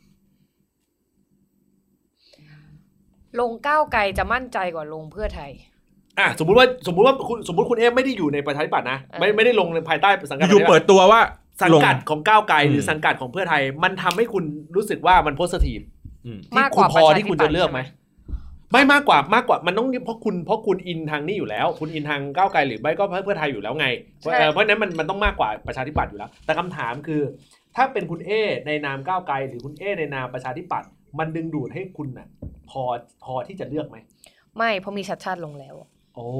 ลงก้าวไกลจะมั่นใจกว่าลงเพื่อไทยอ่ะสมมุติว่าสมมุติว่าคุณสมมุติคุณเอไม่ได้อยู่ในประชาธิปัตย์นะไม่ไม่ได้ลงในภายใต้สังกัดอยู่เปิดตัวว่าสังกัดของก้าวไกลหรือสังกัดของเพื่อไทยมันทำให้คุณรู้สึกว่ามันโพสิทีฟมากกว่าพอที่คุณจะเลือกไหมไม่มากกว่ามากกว่ามันต้องเพราะคุณเพราะคุณอินทางนี้อยู่แล้วคุณอินทางก้าวไกลหรือไม่ก็เพื่อไทยอยู่แล้วไงเพราะเพราะนั้นมันมันต้องมากกว่าประชาธิปัตย์อยู่แล้วแต่คำถามคือถ้าเป็นคุณเอในนามก้าวไกลหรือคุณเอในนามประชาธิปัตย์มันดึงดูดให้คุณน่ะพอพอที่จะเลือกไหมไม่เพราะมีชัดชาติลงแล้วโอ้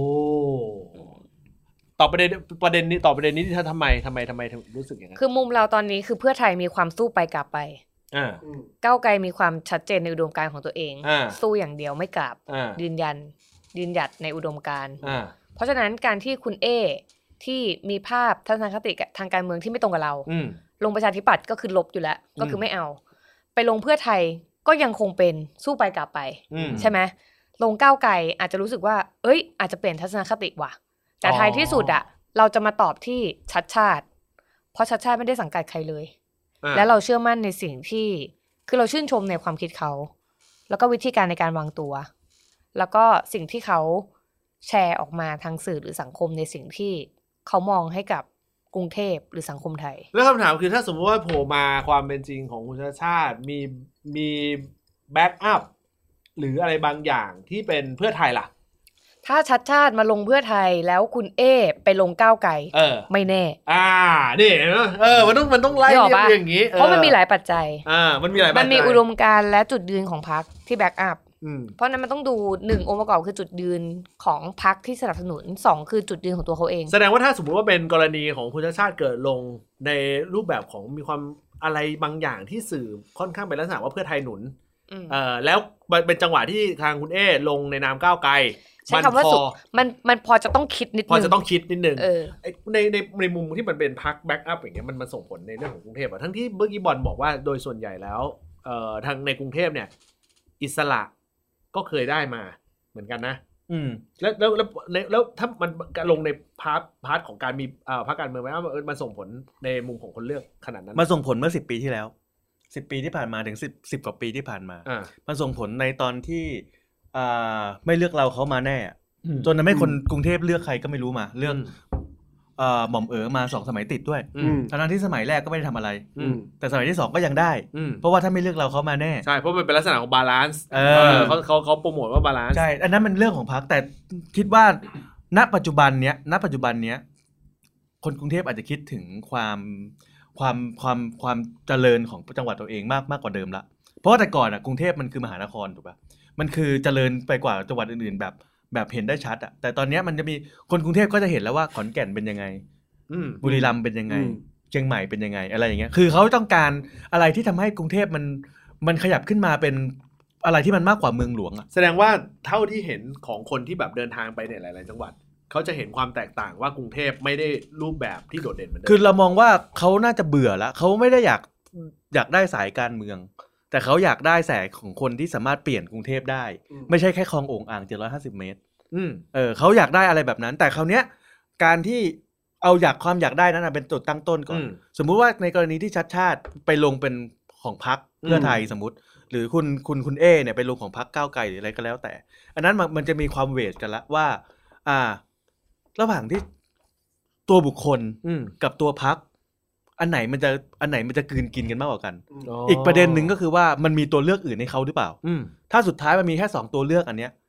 ตอบประเด็นประเด็นนี้ตอบประเด็นนี้ทำไมทำไมทำไมถึงรู้สึกอย่างนั้นคือมุมเราตอนนี้คือเพื่อไทยมีความสู้ไปกลับไปก้าวไกลมีความชัดเจนในอุดมการณ์ของตัวเองสู้อย่างเดียวไม่กลับยืนยันยืนหยัดในอุดมการณ์เพราะฉะนั้นการที่คุณเอที่มีภาพทัศนคติทางการเมืองที่ไม่ตรงกับเราลงประชาธิปัตย์ก็คือลบอยู่แล้วก็คือไม่เอาไปลงเพื่อไทยก็ยังคงเป็นสู้ไปกลับไปใช่ไหมลงก้าวไกลอาจจะรู้สึกว่าเอ้ยอาจจะเปลี่ยนทัศนคติว่ะแต่ท้ายที่สุดอะเราจะมาตอบที่ชัดชาติเพราะชัดชาติไม่ได้สังกัดใครเลยและเราเชื่อมั่นในสิ่งที่คือเราชื่นชมในความคิดเขาแล้วก็วิธีการในการวางตัวแล้วก็สิ่งที่เขาแชร์ออกมาทางสื่อหรือสังคมในสิ่งที่เขามองให้กับกรุงเทพหรือสังคมไทยแล้วคำถามคือถ้าสมมติว่าโผล่มาความเป็นจริงของคุณชาติชาติมีมีแบ็กอัพหรืออะไรบางอย่างที่เป็นเพื่อไทยล่ะถ้าชัดชาติมาลงเพื่อไทยแล้วคุณเอไปลงก้าวไกลไม่แน่อ่านี่เออมันต้องมันต้องไล่อย่างนี้เพราะมันมีหลายปัจจัยอ่ามันมีหลายปัจจัยมันมีอุดมการณ์และจุดยืนของพรรคที่แบ็กอัพเพราะนั้นมันต้องดูหนึ่งองค์ประกอบคือจุดยืนของพรรคที่สนับสนุนสองคือจุดยืนของตัวเขาเองแสดงว่าถ้าสมมติว่าเป็นกรณีของคุณชาติชาติเกิดลงในรูปแบบของมีความอะไรบางอย่างที่สื่อค่อนข้างเป็นลักษณะว่าเพื่อไทยหนุนเอ่อแล้วเป็นจังหวะที่ทางคุณเอลงในนามก้าวไกลใช้คำว่าสุดมันมันพอจะต้องคิดนิดนึงพอจะต้องคิดนิดนึงในในในมุมที่มันเป็นพรรคแบ็กอัพอย่างเงี้ยมันมันส่งผลในเรื่องของกรุงเทพอ่ะทั้งที่เมื่อกี้บอลบอกว่าโดยส่วนใหญ่แล้วเอ่อทางในกรุงเทพเนี่ยอิสระก็เคยได้มาเหมือนกันนะอืมแล้วแล้วแล้วแล้วถ้ามันลงในพาร์ทพาร์ทของการมีเอ่อพรรคการเมืองไหมว่ามันส่งผลในมุมของคนเลือกขนาดนั้นมันส่งผลเมื่อสิบปีที่แล้วสิบปีที่ผ่านมาถึงสิบ สิบกว่าปีที่ผ่านมามันส่งผลในตอนที่อ่าไม่เลือกเราเขามาแน่จนทำให้คนกรุงเทพเลือกใครก็ไม่รู้มาเลือกเอ่อหม่อมเอ๋อมาสองสมัยติดด้วยทั้งที่สมัยแรกก็ไม่ได้ทำอะไรแต่สมัยที่สองก็ยังได้เพราะว่าถ้าไม่เลือกเราเขามาแน่ใช่เพราะมันเป็นลักษณะของบาลานซ์เขาเขาเขาโปรโมทว่าบาลานซ์ใช่อันนั้นมันเรื่องของพรรคแต่คิดว่าณปัจจุบันเนี้ยณปัจจุบันเนี้ยคนกรุงเทพอาจจะคิดถึงความความความความเจริญของจังหวัดตัวเองมากมากกว่าเดิมละเพราะว่าแต่ก่อนอ่ะกรุงเทพมันคือมหานครถูกป่ะมันคือเจริญไปกว่าจังหวัดอื่นๆแบบแบบเห็นได้ชัดอ่ะแต่ตอนนี้มันจะมีคนกรุงเทพก็จะเห็นแล้วว่าขอนแก่นเป็นยังไงบุรีรัมย์เป็นยังไงเชียงใหม่เป็นยังไงอะไรอย่างเงี้ยคือเขาต้องการอะไรที่ทำให้กรุงเทพมันมันขยับขึ้นมาเป็นอะไรที่มันมากกว่าเมืองหลวงอ่ะแสดงว่าเท่าที่เห็นของคนที่แบบเดินทางไปในหลายๆจังหวัดเขาจะเห็นความแตกต่างว่ากรุงเทพไม่ได้รูปแบบที่โดดเด่นเหมือนเดิมคือเรามองว่าเขาน่าจะเบื่อแล้วเขาไม่ได้อยากอยากได้สายการเมืองแต่เขาอยากได้แสงของคนที่สามารถเปลี่ยนกรุงเทพได้ไม่ใช่แค่คลองโอ่งอ่างเจ็ดร้อยห้าสิบเมตรเออเขาอยากได้อะไรแบบนั้นแต่คราวเนี้ยการที่เอาอยากความอยากได้นั้นเป็นจุดตั้งต้นก่อนสมมุติว่าในกรณีที่ชัดชาติไปลงเป็นของพรรคเพื่อไทยสมมติหรือคุณคุณคุณเอเนี่ยไปลงของพรรคก้าวไกลหรืออะไรก็แล้วแต่อันนั้นมันมันจะมีความเวทกันละว่าอ่าระหว่างที่ตัวบุคคลกับตัวพรรคอันไหนมันจะอันไหนมันจะกลืนกินกันมากกว่ากัน อ, อีกประเด็นหนึ่งก็คือว่ามันมีตัวเลือกอื่นให้เขาหรือเปล่าถ้าสุดท้ายมันมีแค่สองตัวเลือกอันเนี้ย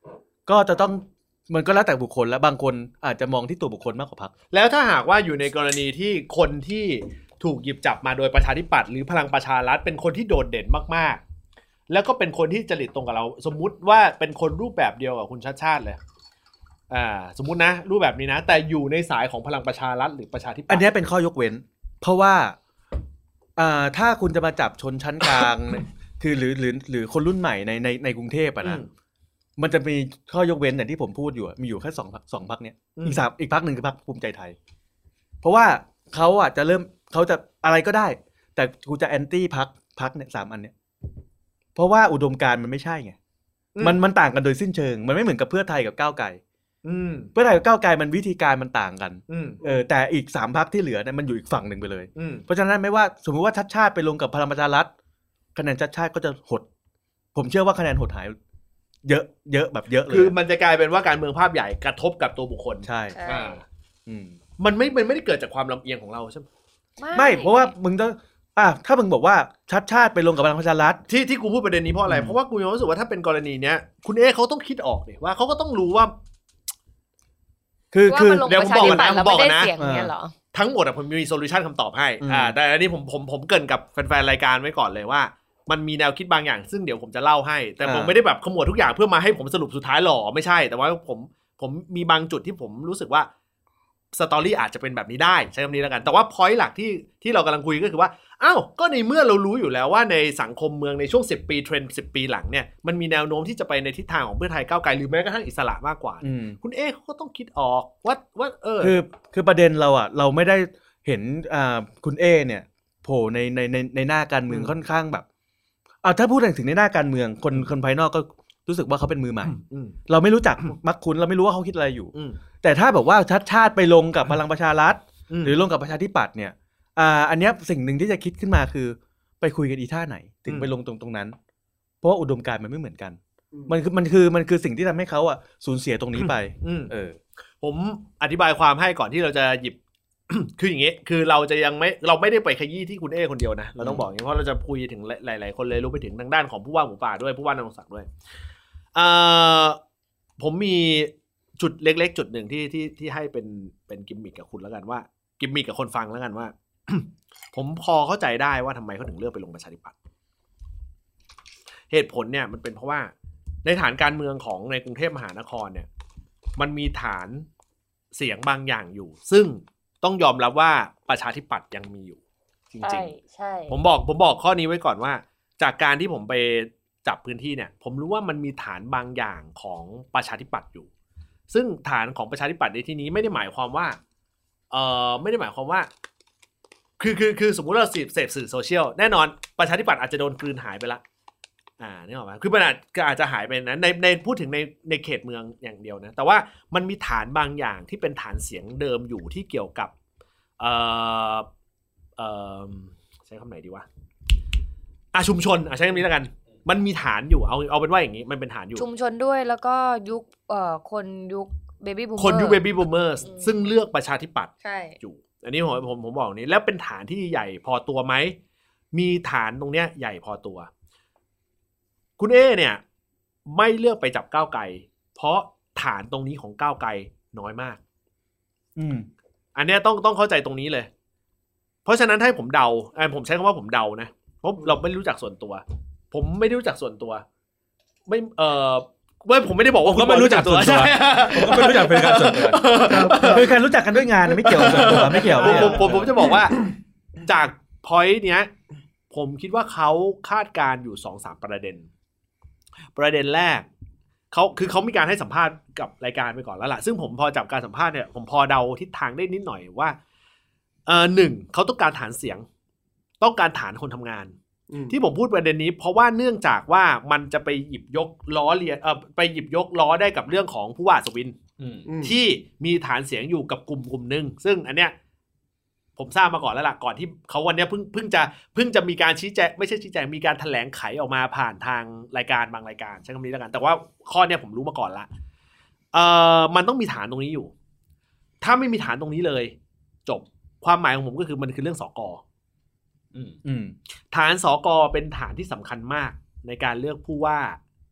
ก็จะต้องมันก็แล้วแต่บุคคลแล้วบางคนอาจจะมองที่ตัวบุคคลมากกว่าพรรคแล้วถ้าหากว่าอยู่ในกรณีที่คนที่ถูกหยิบจับมาโดยประชาธิปัตย์หรือพลังประชารัฐเป็นคนที่โดดเด่นมากๆแล้วก็เป็นคนที่จริตตรงกับเราสมมุติว่าเป็นคนรูปแบบเดียวกับคุณชาติชาติเลยอ่าสมมุตินะรูปแบบนี้นะแต่อยู่ในสายของพลังประชารัฐหรือประชาธิปัตย์อันนี้เป็นข้อยกเว้นเพราะว่าอ่าถ้าคุณจะมาจับชนชั้นกลาง คือหรือหรือหรือคนรุ่นใหม่ในในในกรุงเทพอ่ะนะมันจะมีข้อยกเว้นอย่างที่ผมพูดอยู่มีอยู่แค่สองสองพรรคเนี้ยอีกสามอีกพรรคหนึ่งคือพรรคภูมิใจไทยเพราะว่าเขาอ่ะจะเริ่มเขาจะอะไรก็ได้แต่กูจะแอนตี้พรรคพรรคเนี่ยสามอันเนี้ยเพราะว่าอุดมการณ์มันไม่ใช่ไงมันมันต่างกันโดยสิ้นเชิงมันไม่เหมือนกับเพื่อไทยกับก้าวไกลเพื่อไทยกับก้าวไกลมันวิธีการมันต่างกันเออแต่อีกสามพรรคที่เหลือเนี่ยมันอยู่อีกฝั่งหนึ่งไปเลยเพราะฉะนั้นไม่ว่าสมมติว่าชัดชาติไปลงกับพลังประชารัฐคะแนนชัดชาติก็จะหดผมเชื่อว่าคะแนนหดหายเยอะเยอะแบบเยอะเลยคือมันจะกลายเป็นว่าการเมืองภาพใหญ่กระทบกับตัวบุคคลใช่อ่ามันไม่มันไม่ได้เกิดจากความลำเอียงของเราใช่ไหมไม่เพราะว่ามึงต้องอ่ะถ้ามึงบอกว่าชัดชาติไปลงกับพลังประชารัฐที่ที่กูพูดประเด็นนี้เพราะอะไรเพราะว่ากูยังรู้สึกว่าถ้าเป็นกรณีเนี้ยคุณเอเขาต้องคิดออกดิว่าเขาก็ต้องรู้ว่าคือคือเดี๋ยวผมบอกกันนะผมบอกกันนะทั้งหมดอะผมมีโซลูชันคำตอบให้อ่าแต่อันนี้ผมผมผมเกริ่นกับแฟนๆรายการไว้ก่อนเลยว่ามันมีแนวคิดบางอย่างซึ่งเดี๋ยวผมจะเล่าให้แต่ผมไม่ได้แบบขมวดทุกอย่างเพื่อมาให้ผมสรุปสุดท้ายหรอไม่ใช่แต่ว่าผมผมมีบางจุดที่ผมรู้สึกว่าสตอรี่อาจจะเป็นแบบนี้ได้ใช้คำนี้แล้วกันแต่ว่าพอยต์หลักที่ที่เรากำลังคุยก็คือว่าอ้าวก็ในเมื่อเรารู้อยู่แล้วว่าในสังคมเมืองในช่วงสิบปีเทรนด์สิบปีหลังเนี่ยมันมีแนวโน้มที่จะไปในทิศทางของเพื่อไทยก้าวไกลหรือแม้กระทั่งอิสระมากกว่าคุณเอเขาก็ต้องคิดออกว่าว่าเออคือคือประเด็นเราอ่ะเราไม่ได้เห็นอ่าคุณเอเนี่ยโผล่ในในในในหน้าการเมืองค่อนข้างแบบอ่าถ้าพูดถึงในหน้าการเมืองคนคนภายนอกก็รู้สึกว่าเขาเป็นมือใหม่เราไม่รู้จักมักคุ้นเราไม่รู้ว่าเขาคิดอะไรอยู่แต่ถ้าแบบว่าชัดชาติไปลงกับพลังประชารัฐหรือลงกับประชาธิปัตย์เนี่ยอ่าอันนี้สิ่งหนึ่งที่จะคิดขึ้นมาคือไปคุยกันอีท่าไหนถึงไปลงตรงตรงนั้นเพราะว่าอุดมการณ์มันไม่เหมือนกันมันคือมันคือมันคือสิ่งที่ทำให้เขาอ่ะสูญเสียตรงนี้ไปเออผมอธิบายความให้ก่อนที่เราจะหยิบ คืออย่างงี้คือเราจะยังไม่เราไม่ได้ไปขยี้ที่คุณเอคนเดียวนะเราต้องบอกอย่างนี้เพราะเราจะคุยถึงหลายๆคนเลยรู้ไปถึงทางด้านของผู้ว่าหมูป่าด้วยผู้ว่านรงศักดิ์ด้วยอ่าผมมีจุดเล็กๆจุดหนึ่งที่ที่ที่ให้เป็นเป็นกิมมิคกับคุณแล้วกันว่ากิมมิคกับคนฟังแล้วกันว่า ผมพอเข้าใจได้ว่าทำไมเขาถึงเลือกไปลงประชาธิปัตย์เหตุผลเนี่ยมันเป็นเพราะว่าในฐานการเมืองของในกรุงเทพมหานครเนี่ยมันมีฐานเสียงบางอย่างอยู่ซึ่งต้องยอมรับว่าประชาธิปัตย์ยังมีอยู่จริงๆใช่ผมบอกผมบอกข้อนี้ไว้ก่อนว่าจากการที่ผมไปจับพื้นที่เนี่ยผมรู้ว่ามันมีฐานบางอย่างของประชาธิปัตย์อยู่ซึ่งฐานของประชาธิปัตย์ในที่นี้ไม่ได้หมายความว่าเอ่อไม่ได้หมายความว่าคือคือคือสมมุติเราเสพเสพสื่อโซเชียลแน่นอนประชาธิปัตย์อาจจะโดนกลืนหายไปละอ่านี่ออกไหมคือมันอาจอาจจะหายไปนะในในพูดถึงในในเขตเมืองอย่างเดียวนะแต่ว่ามันมีฐานบางอย่างที่เป็นฐานเสียงเดิมอยู่ที่เกี่ยวกับเอ่อเอ่อใช้คำไหนดีวะอ่ะชุมชนอ่ะใช้คำนี้แล้วกันมันมีฐานอยู่เอาเอาเป็นว่าอย่างนี้มันเป็นฐานอยู่ชุมชนด้วยแล้วก็ยุคเอ่อคนยุคเบบี้บูมเมอร์คนยุคเบบี้บูมเมอร์ซึ่งเลือกประชาธิปัตย์อยู่อันนี้ผมผมผมบอกนี้แล้วเป็นฐานที่ใหญ่พอตัวไหมมีฐานตรงเนี้ยใหญ่พอตัวคุณเอเนี่ยไม่เลือกไปจับก้าวไกลเพราะฐานตรงนี้ของก้าวไกลน้อยมากอืมอันเนี้ยต้องต้องเข้าใจตรงนี้เลยเพราะฉะนั้นให้ผมเดาไอ้ผมใช้คำว่าผมเดานะเพราะเราไม่รู้จักส่วนตัวผมไม่รู้จักส่วนตัวไม่เอ่อไม่ผมไม่ได้บอกว่าคุณไม่รู้จักส่วนตัวผมก็ไม่รู้จักเป็นการส่วนตัวคือการรู้จักกันด้วยงานไม่เกี่ยวส่วนตัวไม่เกี่ยวผมผมผมจะบอกว่าจากพอยต์เนี้ยผมคิดว่าเขาคาดการอยู่ สองสาม ประเด็นประเด็นแรกเขาคือเขามีการให้สัมภาษณ์กับรายการไปก่อนแล้วล่ะซึ่งผมพอจับการสัมภาษณ์เนี่ยผมพอเดาทิศทางได้นิดหน่อยว่าเอ่อหนึ่งเขาต้องการฐานเสียงต้องการฐานคนทำงานที่ผมพูดประเด็นนี้เพราะว่าเนื่องจากว่ามันจะไปหยิบยกล้อเลียนเอ่อไปหยิบยกล้อได้กับเรื่องของผู้ว่าอัศวินที่มีฐานเสียงอยู่กับกลุ่มกลุ่มนึงซึ่งอันเนี้ยผมทราบมาก่อนแล้วล่ะก่อนที่เขาวันนี้เพิ่งเพิ่งจะเพิ่งจะมีการชี้แจงไม่ใช่ชี้แจงมีการแถลงไขออกมาผ่านทางรายการบางรายการใช้คำนี้แล้วกันแต่ว่าข้อเนี้ยผมรู้มาก่อนละเอ่อมันต้องมีฐานตรงนี้อยู่ถ้าไม่มีฐานตรงนี้เลยจบความหมายของผมก็คือมันคือเรื่องสก.ฐานสก.เป็นฐานที่สำคัญมากในการเลือกผู้ว่า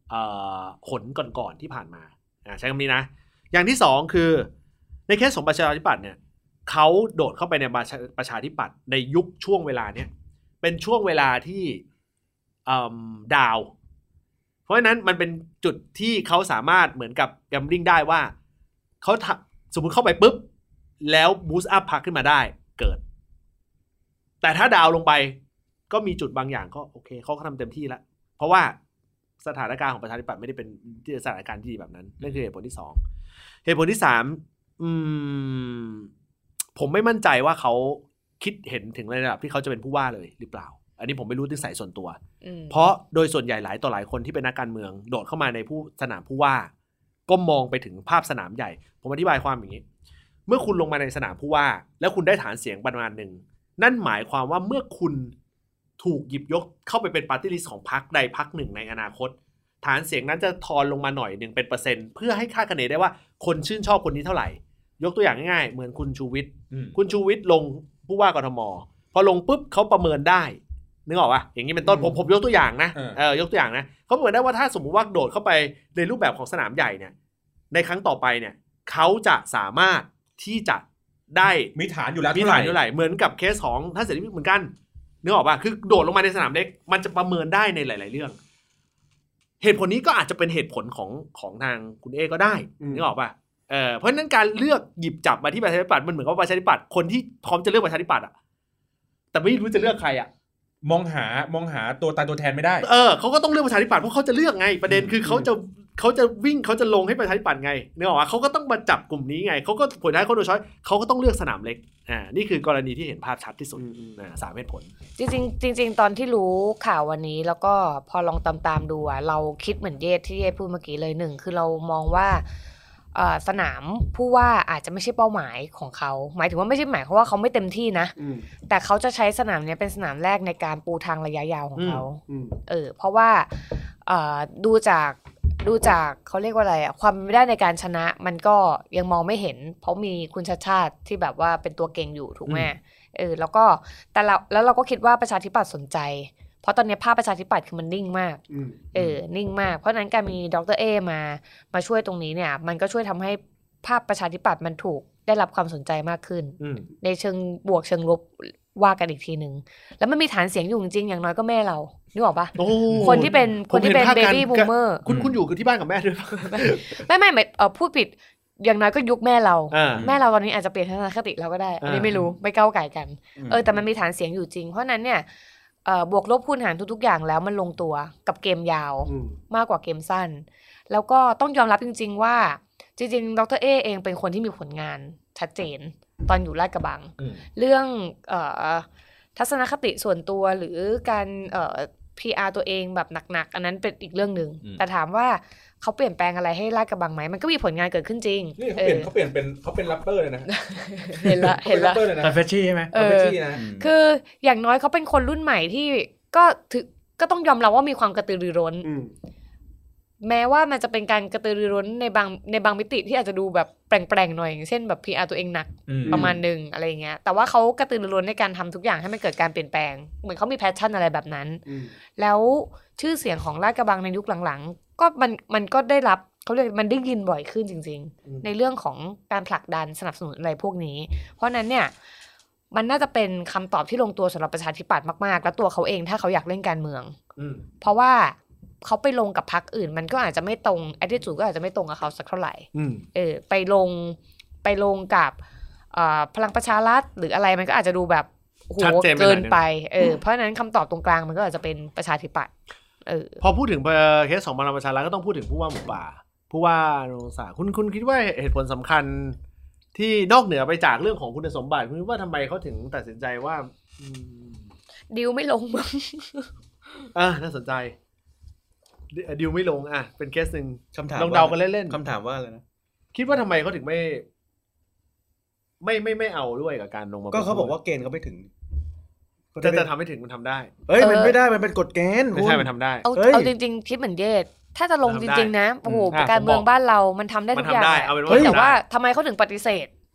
ขนก่อนๆที่ผ่านมาใช้คำนี้นะอย่างที่สองคือในเคสของประชาธิปัตย์เนี่ยเขาโดดเข้าไปในประชาธิปัตย์ในยุคช่วงเวลาเนี้ยเป็นช่วงเวลาที่ดาวเพราะฉะนั้นมันเป็นจุดที่เขาสามารถเหมือนกับแกมบลิ่งได้ว่าเขาสมมุติเข้าไปปุ๊บแล้วบูสต์อัพพรรคขึ้นมาได้เกิดแต่ถ้าดาวลงไปก็มีจุดบางอย่างก็โอเคเขาก็ทำเต็มที่แล้วเพราะว่าสถานการณ์ของประชาธิปัตย์ไม่ได้เป็นสถานการณ์ที่ดีแบบนั้นนั่นคือเหตุผลที่สองเหตุผลที่สามอืมผมไม่มั่นใจว่าเขาคิดเห็นถึงระดับที่เขาจะเป็นผู้ว่าเลยหรือเปล่าอันนี้ผมไม่รู้นิสัยส่วนตัวเพราะโดยส่วนใหญ่หลายต่อหลายคนที่เป็นนักการเมืองโดดเข้ามาในผู้สนามผู้ว่าก็มองไปถึงภาพสนามใหญ่ผมอธิบายความอย่างนี้เมื่อคุณลงมาในสนามผู้ว่าแล้วคุณได้ฐานเสียงประมาณหนึ่งนั่นหมายความว่าเมื่อคุณถูกหยิบยกเข้าไปเป็นปาร์ตี้ลิสต์ของพรรคใดพรรคหนึ่งในอนาคตฐานเสียงนั้นจะทอนลงมาหน่อยหนึ่งเป็นเปอร์เซ็นต์เพื่อให้คาดคะเนได้ว่าคนชื่นชอบคนนี้เท่าไหร่ยกตัวอย่างง่ายๆเหมือนคุณชูวิทย์คุณชูวิทย์ลงผู้ว่ากทมพอลงปุ๊บเขาประเมินได้นึกออกป่ะอย่างนี้เป็นต้นผมผมยกตัวอย่างนะเออยกตัวอย่างนะเขาประเมินได้ว่าถ้าสมมุติว่าโดดเข้าไปในรูปแบบของสนามใหญ่เนี่ยในครั้งต่อไปเนี่ยเขาจะสามารถที่จะได้มีฐานอยู่แล้วมีฐานอยู่ไหร่เหมือนกับเคสของท่านเสรีพิสุทธิ์เหมือนกันนึกออกป่ะคือโดดลงมาในสนามเล็กมันจะประเมินได้ในหลายๆเรื่องเหตุผลนี้ก็อาจจะเป็นเหตุผลของของทางคุณเอก็ได้นึกออกป่ะเออเพราะฉะนั้นการเลือกหยิบจับมาที่ประชาธิปัตย์มันเหมือนกับประชาธิปัตย์คนที่พร้อมจะเลือกประชาธิปัตย์อ่ะแต่ไม่รู้จะเลือกใครอ่ะมองหามองหาตัวตายตัวแทนไม่ได้เออเขาก็ต้องเลือกประชาธิปัตย์เพราะเขาจะเลือกไงประเด็นคือเขาจะเขาจะวิ่งเขาจะลงให้ประชาธิปัตย์ไงนึกออกป่ะเขาก็ต้องมาจับกลุ่มนี้ไงเขาก็ผลท้ายเขาโดยช้อยเขาก็ต้องเลือกสนามเล็กอ่านี่คือกรณีที่เห็นภาพชัดที่สุดนะสามเหตุผลจริงๆจริงๆตอนที่รู้ข่าววันนี้แล้วก็พอลองตามๆดูอ่ะเราคิดเหมือนเยศที่เยศพูดเมื่อกี้เลยหนึ่งคือเรามองว่าสนามผู้ว่าอาจจะไม่ใช่เป้าหมายของเขาหมายถึงว่าไม่ใช่หมายความว่าเขาไม่เต็มที่นะแต่เขาจะใช้สนามนี้เป็นสนามแรกในการปูทางระยะยาวของเขาเออเพราะว่าดูจากดูจากเขาเรียกว่าอะไรอ่ะความไม่ได้ในการชนะมันก็ยังมองไม่เห็นเพราะมีคุณชาติชาติที่แบบว่าเป็นตัวเก่งอยู่ถูกไหมเออแล้วก็แต่เราแล้วเราก็คิดว่าประชาธิปัตย์สนใจเพราะตอนนี้ภาพประชาธิปัตย์คือมันนิ่งมากเออนิ่งมากเพราะนั้นการมีดร.เอมามาช่วยตรงนี้เนี่ยมันก็ช่วยทำให้ภาพประชาธิปัตย์มันถูกได้รับความสนใจมากขึ้นในเชิงบวกเชิงลบว่ากันอีกทีนึงแล้วมันมีฐานเสียงอยู่จริงๆอย่างน้อยก็แม่เรานึกออกปะคนที่เป็นคนที่เป็นเบบี้บูมเมอร์คุณคุณอยู่ที่บ้านกับแม่ด้วยไม่ไม่ไม่เออพูดผิดอย่างน้อยก็ยุคแม่เราแม่เราตอนนี้อาจจะเปลี่ยนทัศนคติเราก็ได้อันนี้ไม่รู้ไม่ก้าวไก่กันเออแต่มันมีฐานเสียงอยู่จริงเพราะนั้นเนี่ยบวกลบคูณหารทุกๆอย่างแล้วมันลงตัวกับเกมยาวมากกว่าเกมสั้นแล้วก็ต้องยอมรับจริงๆว่าจริงๆดร.เอเองเป็นคนที่มีผลงานชัดเจนตอนอยู่ลาดกระบังเรื่องเอ่อทัศนคติส่วนตัวหรือการเอ่อ พี อาร์ ตัวเองแบบหนักๆอันนั้นเป็นอีกเรื่องนึงแต่ถามว่าเขาเปลี่ยนแปลงอะไรให้ลาดกระบังไหมมันก็มีผลงานเกิดขึ้นจริงนี่เขาเปลี่ยนเขาเปลี่ยนเป็นเขาเป็นแรปเปอร์เลยนะเห็นละเห็นละตอนเฟชชี่ใช่ไหมตอนเฟชชี่นะคืออย่างน้อยเขาเป็นคนรุ่นใหม่ที่ก็ถือก็ต้องยอมรับว่ามีความกระตือรือร้นแม้ว่ามันจะเป็นการกระตือรือร้นในบางในบางมิติที่อาจจะดูแบบแปลงๆหน่อยอย่างเช่นแบบ พี อาร์ ตัวเองหนักประมาณนึงอะไรเงี้ยแต่ว่าเขากระตือรือร้นในการทำทุกอย่างให้มันเกิดการเปลี่ยนแปลงเหมือนเขามีแพชชั่นอะไรแบบนั้นแล้วชื่อเสียงของลาดกระบังในยุคหลังๆก็มันมันก็ได้รับเขาเรียกมันได้ยินบ่อยขึ้นจริงๆในเรื่องของการผลักดันสนับสนุนอะไรพวกนี้เพราะนั้นเนี่ยมันน่าจะเป็นคำตอบที่ลงตัวสำหรับประชาธิปัตย์มากๆแล้วตัวเขาเองถ้าเขาอยากเล่นการเมืองเพราะว่าเขาไปลงกับพรรคอื่นมันก็อาจจะไม่ตรง attitude ก็อาจจะไม่ตรงกับเขาสักเท่าไหร่เออไปลงไปลงกับพลังประชารัฐหรืออะไรมันก็อาจจะดูแบบโหเกินไปเออเพราะฉะนั้นคำตอบตรงกลางมันก็อาจจะเป็นประชาธิปัตย์เออพอพูดถึงเคสของพลังประชารัฐก็ต้องพูดถึงผู้ว่าหมู่ป่าผู้ว่าโรงสาคุณคุณคิดว่าเหตุผลสำคัญที่นอกเหนือไปจากเรื่องของคุณสมบัติคุณคิดว่าทำไมเขาถึงตัดสินใจว่าดิวไม่ลงมั้งอ่ะน่าสนใจดิวไม่ลงอ่ะเป็นเคสหนึ่งคำถามลองเดากันเล่นๆคำถามว่าอะไรนะคิดว่าทำไมเขาถึงไม่ไม่ไม่ไม่เอาด้วยกับการลงมาก็เขาบอกว่าเกณฑ์เขาไม่ถึงจะจะทำให้ถึงมันทำได้เอ้ยมันไม่ได้มันเป็นกฎเกณฑ์ไม่ใช่มันทำได้เอาเอาจริงๆคิดเหมือนเยศถ้าจะลงจริงๆนะโอ้โหการเมืองบ้านเรามันทำได้ทุกอย่างแต่ว่าทำไมเขาถึงปฏิเสธ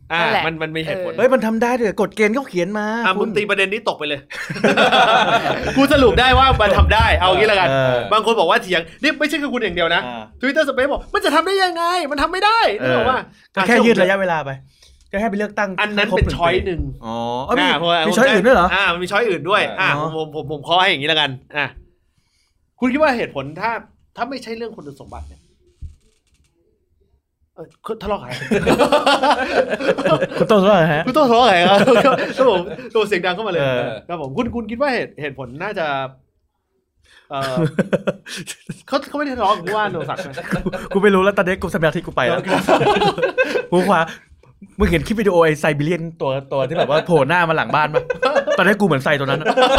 อ่ามันมันมีเหตุผลเฮ้ยมันทำได้ด้วยกฎเกณฑ์เขาเขียนมาอ่ะมึงตีประเด็นนี้ตกไปเลยกูสรุปได้ว่ามันทำได้เอางี้ละกันบางคนบอกว่าเถียงนี่ไม่ใช่แค่คุณอย่างเดียวนะ Twitter Space บอกมันจะทำได้ยังไงมันทำไม่ได้นึกออกว่าก็แค่ยืดระยะเวลาไปก็แค่ไปเลือกตั้งอันนั้นเป็นช้อยนึงอ๋อมีช้อยอื่นด้วยเหรออ่ามันมีช้อยอื่นด้วยอ่าผมผมผมขอให้อย่างนี้ละกันอ่ะคุณคิดว่าเหตุผลถ้าถ้าไม่ใช่เรื่องคุณสมบัติเนี่ยเออทะเลาะกันคุณโต้ทะเลาะฮะคุณโต้ทะเลาะกันครับครับผมตัวเสียงดังเข้ามาเลยครับผมคุณคุณคิดว่าเหตุเหตุผลน่าจะเออเขาเขาไม่ได้ทะเลาะกับว่าโนศักดิ์กูไม่รู้แล้วตอนนี้กูสมาธิกูไปแล้วหูขวามึงเห็นคลิปวิดีโอไอ้ไซบีเรียนตัวตัวที่แบบว่าโผล่หน้ามาหลังบ้านป่ะตอนนี้กูเหมือนไซตัวนั้น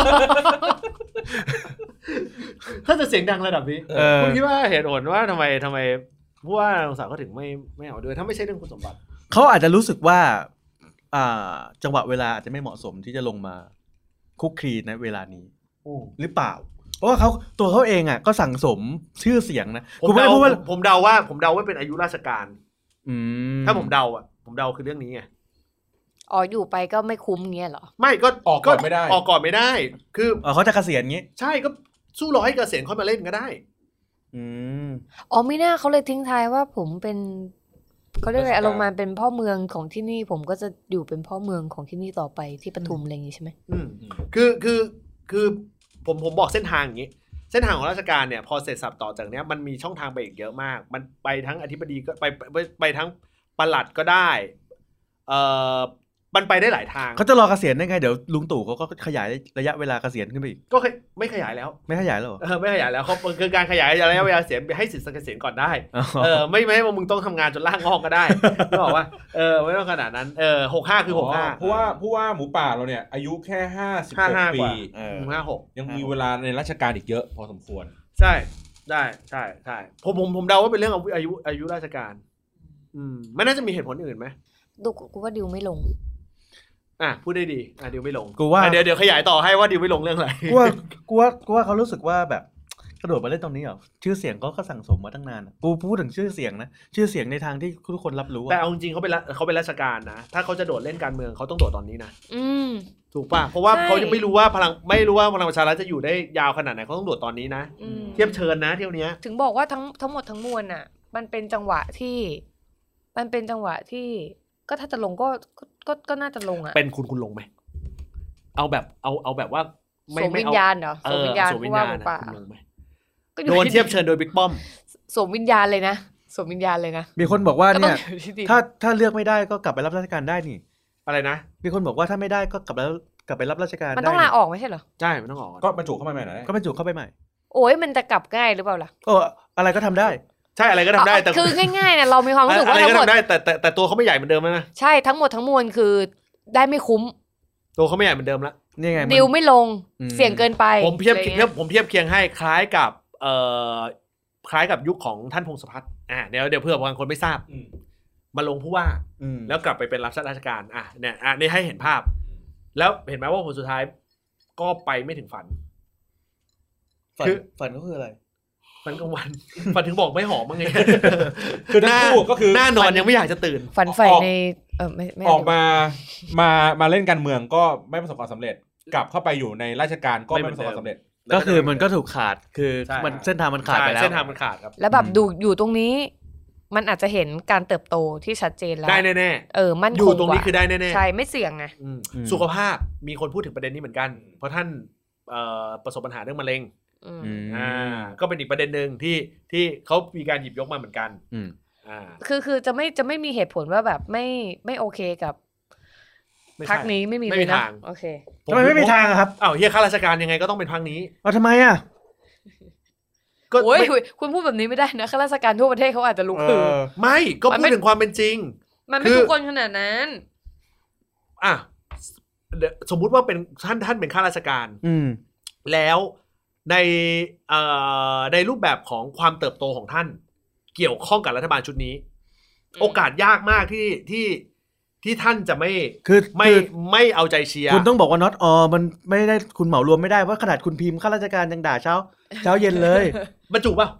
ถ้าจะเสียงดังระดับนี้คุณคิดว่าเหตุผลว่าทำไมทำไมผู้ว่าโนศักดิ์เขาถึงไม่ไม่เอาด้วยถ้าไม่ใช่เรื่องคุณสมบัติเขาอาจจะรู้สึกว่าอ่าจังหวะเวลาอาจจะไม่เหมาะสมที่จะลงมาคุกคีในเวลานี้หรือเปล่าเพราะว่าเขาตัวเขาเองอ่ะก็สั่งสมชื่อเสียงนะผมเดาว่าผมเดาว่าผมเดาว่าเป็นอายุราชการถ้าผมเดาอ่ะผมเดาคือเรื่องนี้ไงอ๋ออยู่ไปก็ไม่คุ้มเงี้ยเหรอไม่ก็ออกก่อนไม่ได้ออกก่อนไม่ได้คืออ๋อเขาจะเกษียณงี้ใช่ก็สู้รอให้เกษียณค่อยมาเล่นก็ได้อืมอ๋อไม่น่าเขาเลยทิ้งท้ายว่าผมเป็นเขาเรียกอะไรอารมณ์มาเป็นพ่อเมืองของที่นี่ผมก็จะอยู่เป็นพ่อเมืองของที่นี่ต่อไปที่ปทุมอะไรอย่างงี้ใช่ไหมอืมคือคือคือผมผมบอกเส้นทางอย่างนี้เส้นทางของราชการเนี่ยพอเสร็จสับต่อจากเนี้ยมันมีช่องทางไปอีกเยอะมากมันไปทั้งอธิบดีก็ไปไปไปทั้งปลัดก็ได้เอ่อมันไปได้หลายทางเขาจะรอเกษียณได้ไงเดี๋ยวลุงตู่เขาก็ขยายระยะเวลาเกษียณขึ้นไปอีกก็ไม่ขยายแล้วไม่ขยายแล้วเออไม่ขยายแล้วเขาคือการขยายระยะเวลาเกษียณให้สิทธิ์เกษียณก่อนได้เออไม่ไม่ให้มึงต้องทำงานจนล่างงอกก็ได้ก็บอกว่าเออไม่ต้องขนาดนั้นเออหกห้าคือหกห้าเพราะว่าเพราะว่าหมูป่าเราเนี่ยอายุแค่ห้าสิบหกปีเออห้าหกยังมีเวลาในราชการอีกเยอะพอสมควรใช่ได้ใช่ใช่ผมผมผมเดาว่าเป็นเรื่องอายุอายุราชการอืมไม่น่าจะมีเหตุผลอื่นไหมดูกูว่าดิวไม่ลงอ่ะพูดได้ดีอ่ะดิวไม่ลงกูว่าเดี๋ยวเดี๋ยวขยายต่อให้ว่าดิวไม่ลงเรื่องอะไรกูว่ากูว่ากูว่าเขารู้สึกว่าแบบกระโดดมาเล่นตรงนี้เหรอชื่อเสียงก็ก็สั่งสมมาตั้งนานกูพูดถึงชื่อเสียงนะชื่อเสียงในทางที่ทุกคนรับรู้แต่เอาจริงเขาเป็นเขาเป็นราชการนะถ้าเขาจะโดดเล่นการเมืองเขาต้องโดดตอนนี้นะอืมถูกป่ะเพราะว่าเขายังไม่รู้ว่าพลังไม่รู้ว่าพลังประชารัฐจะอยู่ได้ยาวขนาดไหนเขาต้องโดดตอนนี้นะเทียบเชิญนะเที่ยวนี้ถึงบอกว่าทั้งทั้งหมดทั้งมวลน่ะมันเป็นจังหวะที่มันเป็นจังหวะที่ก็ถ้าจะลงก็ก็ก็น่าจะลงอ่ะเป็นคุณคุณลงไหมเอาแบบเอาเอาแบบว่าไม่ไม่เอาสมวิญญาณเหรอสมวิญญาณผู้ว่าหมูป่าโดนเทียบเชิญโดยบิ๊กป้อมสมวิญญาณเลยนะสมวิญญาณเลยนะมีคนบอกว่าเนี่ยถ้าถ้าเลือกไม่ได้ก็กลับไปรับราชการได้นี่อะไรนะมีคนบอกว่าถ้าไม่ได้ก็กลับแล้วกลับไปรับราชการมันต้องลาออกไม่ใช่เหรอใช่มันต้องออกก็บรรจุเข้าไปใหม่หน่อยก็บรรจุเข้าไปใหม่โอ้ยมันจะกลับง่ายหรือเปล่าล่ะโอ้อะไรก็ทำได้ใช่อะไรก็ทำได้แต่คือง่ายๆเนี่ยเรามีความรู้สึกว่าทั้งหมดได้แต่แต่แต่ตัวเขาไม่ใหญ่เหมือนเดิมนะใช่ทั้งหมดทั้งมวลคือได้ไม่คุ้มตัวเขาไม่ใหญ่เหมือนเดิมละนี่ไงดิวไม่ลงเสี่ยงเกินไปผมเทียบเทียบผมเทียบเคียงให้คล้ายกับเอ่อคล้ายกับยุคของท่านพงศพัฒน์อ่าเดี๋ยวเดี๋ยวเพื่อบางคนไม่ทราบมาลงผู้ว่าแล้วกลับไปเป็นรับราชการอ่ะเนี่ยอ่ะนี่ให้เห็นภาพแล้วเห็นไหมว่าผลสุดท้ายก็ไปไม่ถึงฝันคือฝันก็คืออะไรฝันกลางวันฝันถึงบอกไม่หอมมั้งไงคือทั้งคู่ก็คือหน้านอนยังไม่อยากจะตื่นฝันใฝ่ในเออไม่ออกมามามาเล่นการเมืองก็ไม่ประสบความสำเร็จกลับเข้าไปอยู่ในราชการก็ไม่ประสบความสำเร็จก็คือมันก็ถูกขาดคือมันเส้นทางมันขาดไปแล้วเส้นทางมันขาดครับแล้วแบบดูอยู่ตรงนี้มันอาจจะเห็นการเติบโตที่ชัดเจนแล้วได้แน่ๆเออมันอยู่ตรงนี้คือได้แน่ๆใช่ไม่เสี่ยงไงสุขภาพมีคนพูดถึงประเด็นนี้เหมือนกันเพราะท่านประสบปัญหาเรื่องมะเร็งอ่าก็เป็นอีกประเด็นหนึ่งที่ที่เขามีการหยิบยกมาเหมือนกันอ่าคือคือจะไม่จะไม่มีเหตุผลว่าแบบไม่ไม่โอเคกับพรรคนี้ไม่มีเลยนะโอเคทำไมไม่มีทางครับอ้าวเฮียข้าราชการยังไงก็ต้องเป็นพรรคนี้เอาทำไมอ่ะก็โอ้ยคุณพูดแบบนี้ไม่ได้นะข้าราชการทั่วประเทศเขาอาจจะลุกคือไม่ก็พูดถึงความเป็นจริงมันไม่ทุกคนขนาดนั้นอ่ะสมมุติว่าเป็นท่านท่านเป็นข้าราชการแล้วในเอ่อในรูปแบบของความเติบโตของท่านเกี่ยวข้องกับรัฐบาลชุดนี้โอกาสยากมากที่ที่ที่ท่านจะไม่คือไม่ไม่เอาใจเชียร์คุณต้องบอกว่า not all มันไม่ได้คุณเหมารวมไม่ได้ว่าขนาดคุณพิมพ์ข้าราชการยังด่าเช้าเช้าเย็นเลยบรรจุป่ะ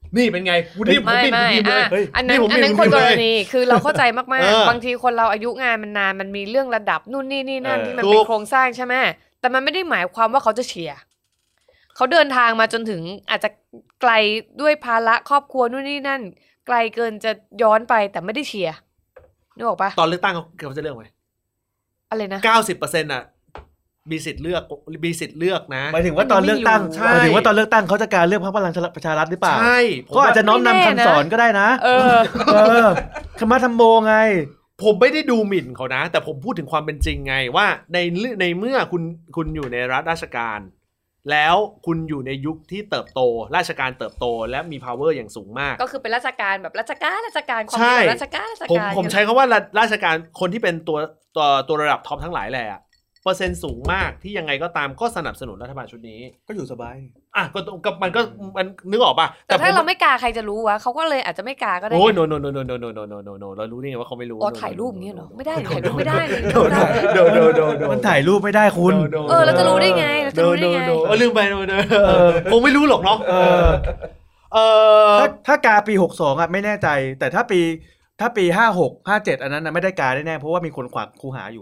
นี่เป็นไงกูนี่ผมไม่บินไม่ทีมเลยอ่ะอันนั้นนี่ผมอันนั้นบินคนทีมกเลรยณีคือเราเข้าใจมากเออๆบางทีคนเราอายุงานมันนานมันมีเรื่องระดับนู่นนี่นี่นั่นเออที่มันถูเป็นกโครงสร้างใช่ไหมแต่มันไม่ได้หมายความว่าเขาจะเชียร์เขาเดินทางมาจนถึงอาจจะไกลด้วยภาระครอบครัวนู่นนี่นั่น ไกลเกินจะย้อนไปแต่ไม่ได้เชียร์นึกออกปะตอนเลือกตั้งเขาเขาจะเลือกไหมอะไรนะเก้าสิบเปอร์เซ็นต์อ่ะมีสิทธิ์เลือกมีสิทธิ์เลือกนะหมายถึงว่าตอนเลือกตั้งใช่หมายถึงว่าตอนเลือกตั้งเขาจะการเลือกพรรคพลังประชารัฐหรือเปล่าใช่ผมก็อาจจะน้อมนำคำสอนก็ได้นะเออเออคำว่าทำโมไงผมไม่ได้ดูหมิ่นเขานะ แต่ผมพูดถึงความเป็นจริงไงว่าในในเมื่อคุณคุณอยู่ในรัฐราชการ แล้วคุณอยู่ในยุคที่เติบโตราชการเติบโตและมี power อย่างสูงมากก็คือเป็นราชการแบบราชการราชการความใช่เป็นราชการราชผมการผมใช้คำว่าราราชการคนที่เป็นตัวตัวตัวระดับท็อปทั้งหลายแหละเปอร์เซ็นต์สูงมากที่ยังไงก็ตามก็สนับสนุนรัฐบาลชุดนี้ก็อยู่สบายอ่ะก็ก็มันก็มันนึกออกป่ะแต่ถ้าผเราไม่กาใครจะรู้วะเขาก็เลยอาจจะไม่กาก็ได้โอ้ยไง no no no no no no no no no no เรารู้ได้ไงว่าเขาไม่รู้อ๋อถ่ายรูปอย่างเงี้ยเหรอไม่ได้ถ่ายรูปไม่ได้เลยโดนโดนโดนโดนโดนมันถ่ายรูปไม่ได้คุณเออเราจะรู้ได้ไงเราจะรู้ได้ไงโดนโดนโดนเออลืมไปโดนโดนเออคงไม่รู้หรอกเนาะเออเออถ้าถ้ากาปีหกสองอ่ะไม่แน่ใจ แต่ถ้าปีถ้าปีห้าหกห้าเจ็ดอันนั้นนะไม่ได้กาแน่ๆเพราะว่ามีคนขวางคูหาอยู่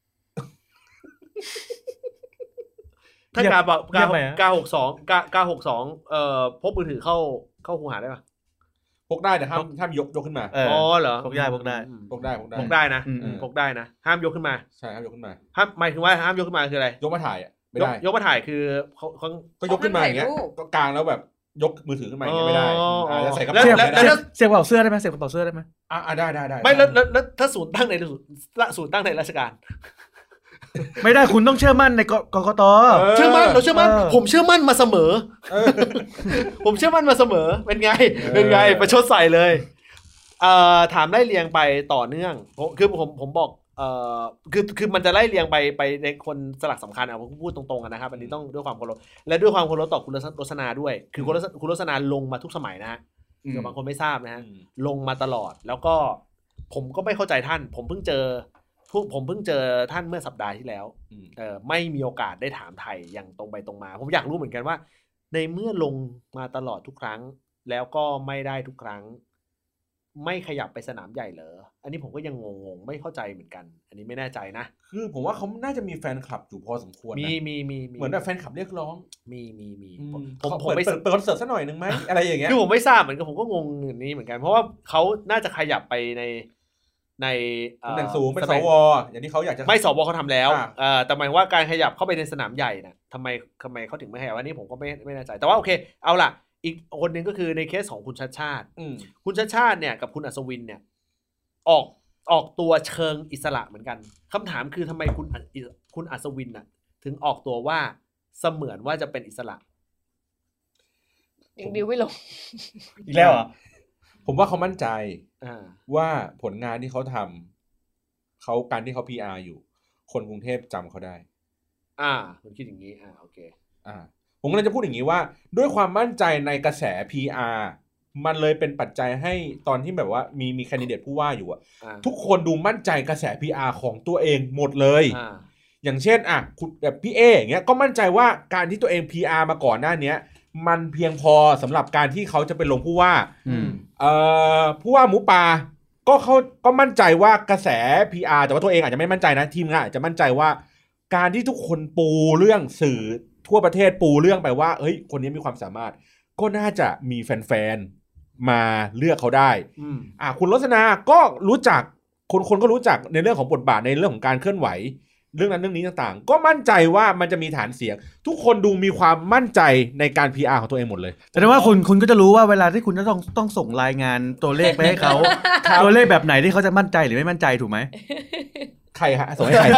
ถ้ากาแบบเงียบไหมฮะกาหกสองกากาหกสองเอ่อพกมือถือเข้าเข้าคูหาได้ป่ะพกได้แต่ห้ามห้ามยกยกขึ้นมาเอออ๋อเหรอพกได้พกได้อืมพกได้พกได้พกได้นะอืมอืมพกได้นะ ห้ามยกขึ้นมาใช่ห้ามยกขึ้นมาห้ามหมายถึงว่าห้ามยกขึ้นมาคืออะไรยกมาถ่ายอ่ะไม่ยกได้ยกมาถ่ายคือเขาเขาก็ยกขึ้นมาอย่างเงี้ยถ่ายรูปก็กลางแล้วแบบยกมือถือขึ้นมาอย่างเงี้ยไม่ได้อ๋ออ่าจะใส่กระแล้เป๋าวแล้วไม่แล้ได้วเสียบกระเป๋าเสื้อได้ไหมเสียบกระเป๋าเสื้อได้ไหมอ่ะอ่ะได้ได้ได้ไม่แล้วแล้วแล้วถ้าศูนย์ตั้งในศูนย์ศูนย์ตั้งในราชการไม่ได้คุณต้องเชื่อมั่นในกกกตเชื่อมั่นเราเชื่อมั่นเออผมเชื่อมั่นมาเสมอเออผมเชื่อมั่นมาเสมอเป็นไงเป็นไงประชดใส่เลยเอ่อถามไล่เรียงไปต่อเนื่องผมคือผมผมบอกเอ่อคือคือมันจะไล่เรียงไปไปในคนสลักสำคัญอ่ะผมพูดตรงๆกันนะครับอันนี้ต้องด้วยความเคารพและด้วยความเคารพต่อคุณโรสนาด้วย คือคุณคุณโรสนาลงมาทุกสมัยนะฮะเดี๋ยวบางคนไม่ทราบนะฮะ ลงมาตลอดแล้วก็ผมก็ไม่เข้าใจท่าน ผมเพิ่งเจอพวกผมเพิ่งเจอท่านเมื่อสัปดาห์ที่แล้วอืมเออไม่มีโอกาสได้ถามไทยอย่างตรงไปตรงมา ผมอยากรู้เหมือนกันว่า ในเมื่อลงมาตลอดทุกครั้ง แล้วก็ไม่ได้ทุกครั้ง ไม่ขยับไปสนามใหญ่เหรออันนี้ผมก็ยังงงๆไม่เข้าใจเหมือนกัน อันนี้ไม่แน่ใจนะคือผมว่าเขาน่าจะมีแฟนคลับอยู่พอสมควรนะมีมีมีมีเหมือนแบบแฟนคลับเรียกร้องมีมีมีอืผมมผมขอผมเปิดไม่เปิดเปิดคอนเสิร์ตซะหน่อยหนึ่งไหมอะไรอย่างเงี้ยคือผมไม่ทราบเหมือนกันผมก็งงอย่างนี้เหมือนกัน เพราะว่าเขาน่าจะขยับไปในในเอ่อตำแหน่งสูงเป็นสสมัยวอย่างที่เขาอยากจะไม่สวเขาทำแล้วอ่าเอ่อแต่หมายว่าการขยับเข้าไปในสนามใหญ่น่ะทำไมทำไมเขาถึงไม่ขยับอันนี้ผมก็ไม่ไม่แน่ใจแต่ว่าโอเคเอาล่ะอีกคนหนึ่งก็คือในเคสของคุณชัดชาติอืมคุณชัดชาติเนี่ยกับคุณอัศวินเนี่ยออกออกตัวเชิงอิสระเหมือนกันคำถามคือทำไมคุณอัศคุณอัศวินน่ะถึงออกตัวว่าเสมือนว่าจะเป็นอิสระยังดิวไม่ลงอีกแล้วเหรอผมว่าเขามั่นใจอ่าว่าผลงานที่เขาทำเขาการที่เขา พี อาร์ อยู่ คนกรุงเทพจำเขาได้อ่าคุณคิดอย่างนี้อ่าโอเคอ่า ผมก็เลยจะพูดอย่างนี้ว่า ด้วยความมั่นใจในกระแส พี อาร์ มันเลยเป็นปัจจัยให้ตอนที่แบบว่ามีมีแคนดิเดตผู้ว่าอยู่อะอ่าทุกคนดูมั่นใจกระแส พี อาร์ ของตัวเองหมดเลยอ่าอย่างเช่นอ่ะคุณแบบพี่เออย่างเงี้ยก็มั่นใจว่าการที่ตัวเอง พี อาร์ มาก่อนหน้าเนี้ยมันเพียงพอสำหรับการที่เขาจะเป็นลงผู้ว่าอืมเอ่อผู้ว่าหมูป่าก็เขาก็มั่นใจว่ากระแส พี อาร์ แต่ว่าตัวเองอาจจะไม่มั่นใจนะทีมงานอาจจะมั่นใจว่า การที่ทุกคนปูเรื่องสื่อทั่วประเทศปูเรื่องไปว่าเฮ้ยคนนี้มีความสามารถก็น่าจะมีแฟนๆมาเลือกเขาได้อืมอ่ะคุณรสนาก็รู้จักคนคนก็รู้จักในเรื่องของบทบาทในเรื่องของการเคลื่อนไหวเรื่องนั้นเรื่องนี้ต่างๆก็มั่นใจว่ามันจะมีฐานเสียงทุกคนดูมีความมั่นใจในการ พี อาร์ ของตัวเองหมดเลยแต่ว่าคุณคุณก็จะรู้ว่าเวลาที่คุณจะต้องต้องส่งรายงานตัวเลขไปให้เขา ตัวเลขแบบไหนที่เขาจะมั่นใจหรือไม่มั่นใจถูกไหมใครฮะส่งให้ใคร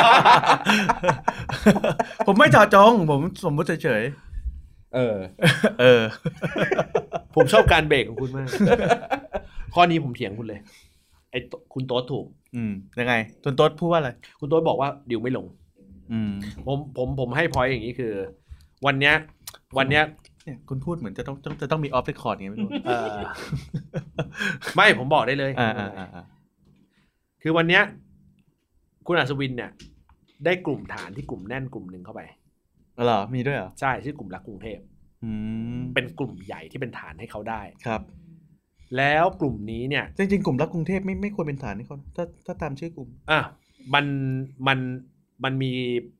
ผมไม่เจาะจงผมสมมติเฉยเออๆเออผมชอบการเบรกของคุณมาก ข้อนี้ผมเถียงคุณเลยไอ้โตคุณโต๊ดถูกอืมยังไงจนโต๊ดพูดว่าอะไรคุณโต๊ดบอกว่าดิวไม่ลงอืมผมผมผมให้พอยต์อย่างนี้คือ วันเนี้ยวันเนี้ยเนี่ยคุณพูดเหมือนจะต้องต้องจะต้องมีออฟเรคคอร์ดอย่างเงี้ยไม่รู้เออไม่ผมบอกได้เลยอ่าอ่าอ่าคือวันเนี้ยคุณอัศวินเนี่ย ได้กลุ่มฐานที่กลุ่มแน่นกลุ่มหนึ่งเข้าไปเหรอมีด้วยเหรอใช่ชื่อกลุ่มรักกรุงเทพเป็นกลุ่มใหญ่ที่เป็นฐานให้เขาได้ครับแล้วกลุ่มนี้เนี่ยจริงๆกลุ่มรักกรุงเทพไม่ไม่ควรเป็นฐานให้เขาถ้าถ้าตามชื่อกลุ่มอ่ะมันมันมันมี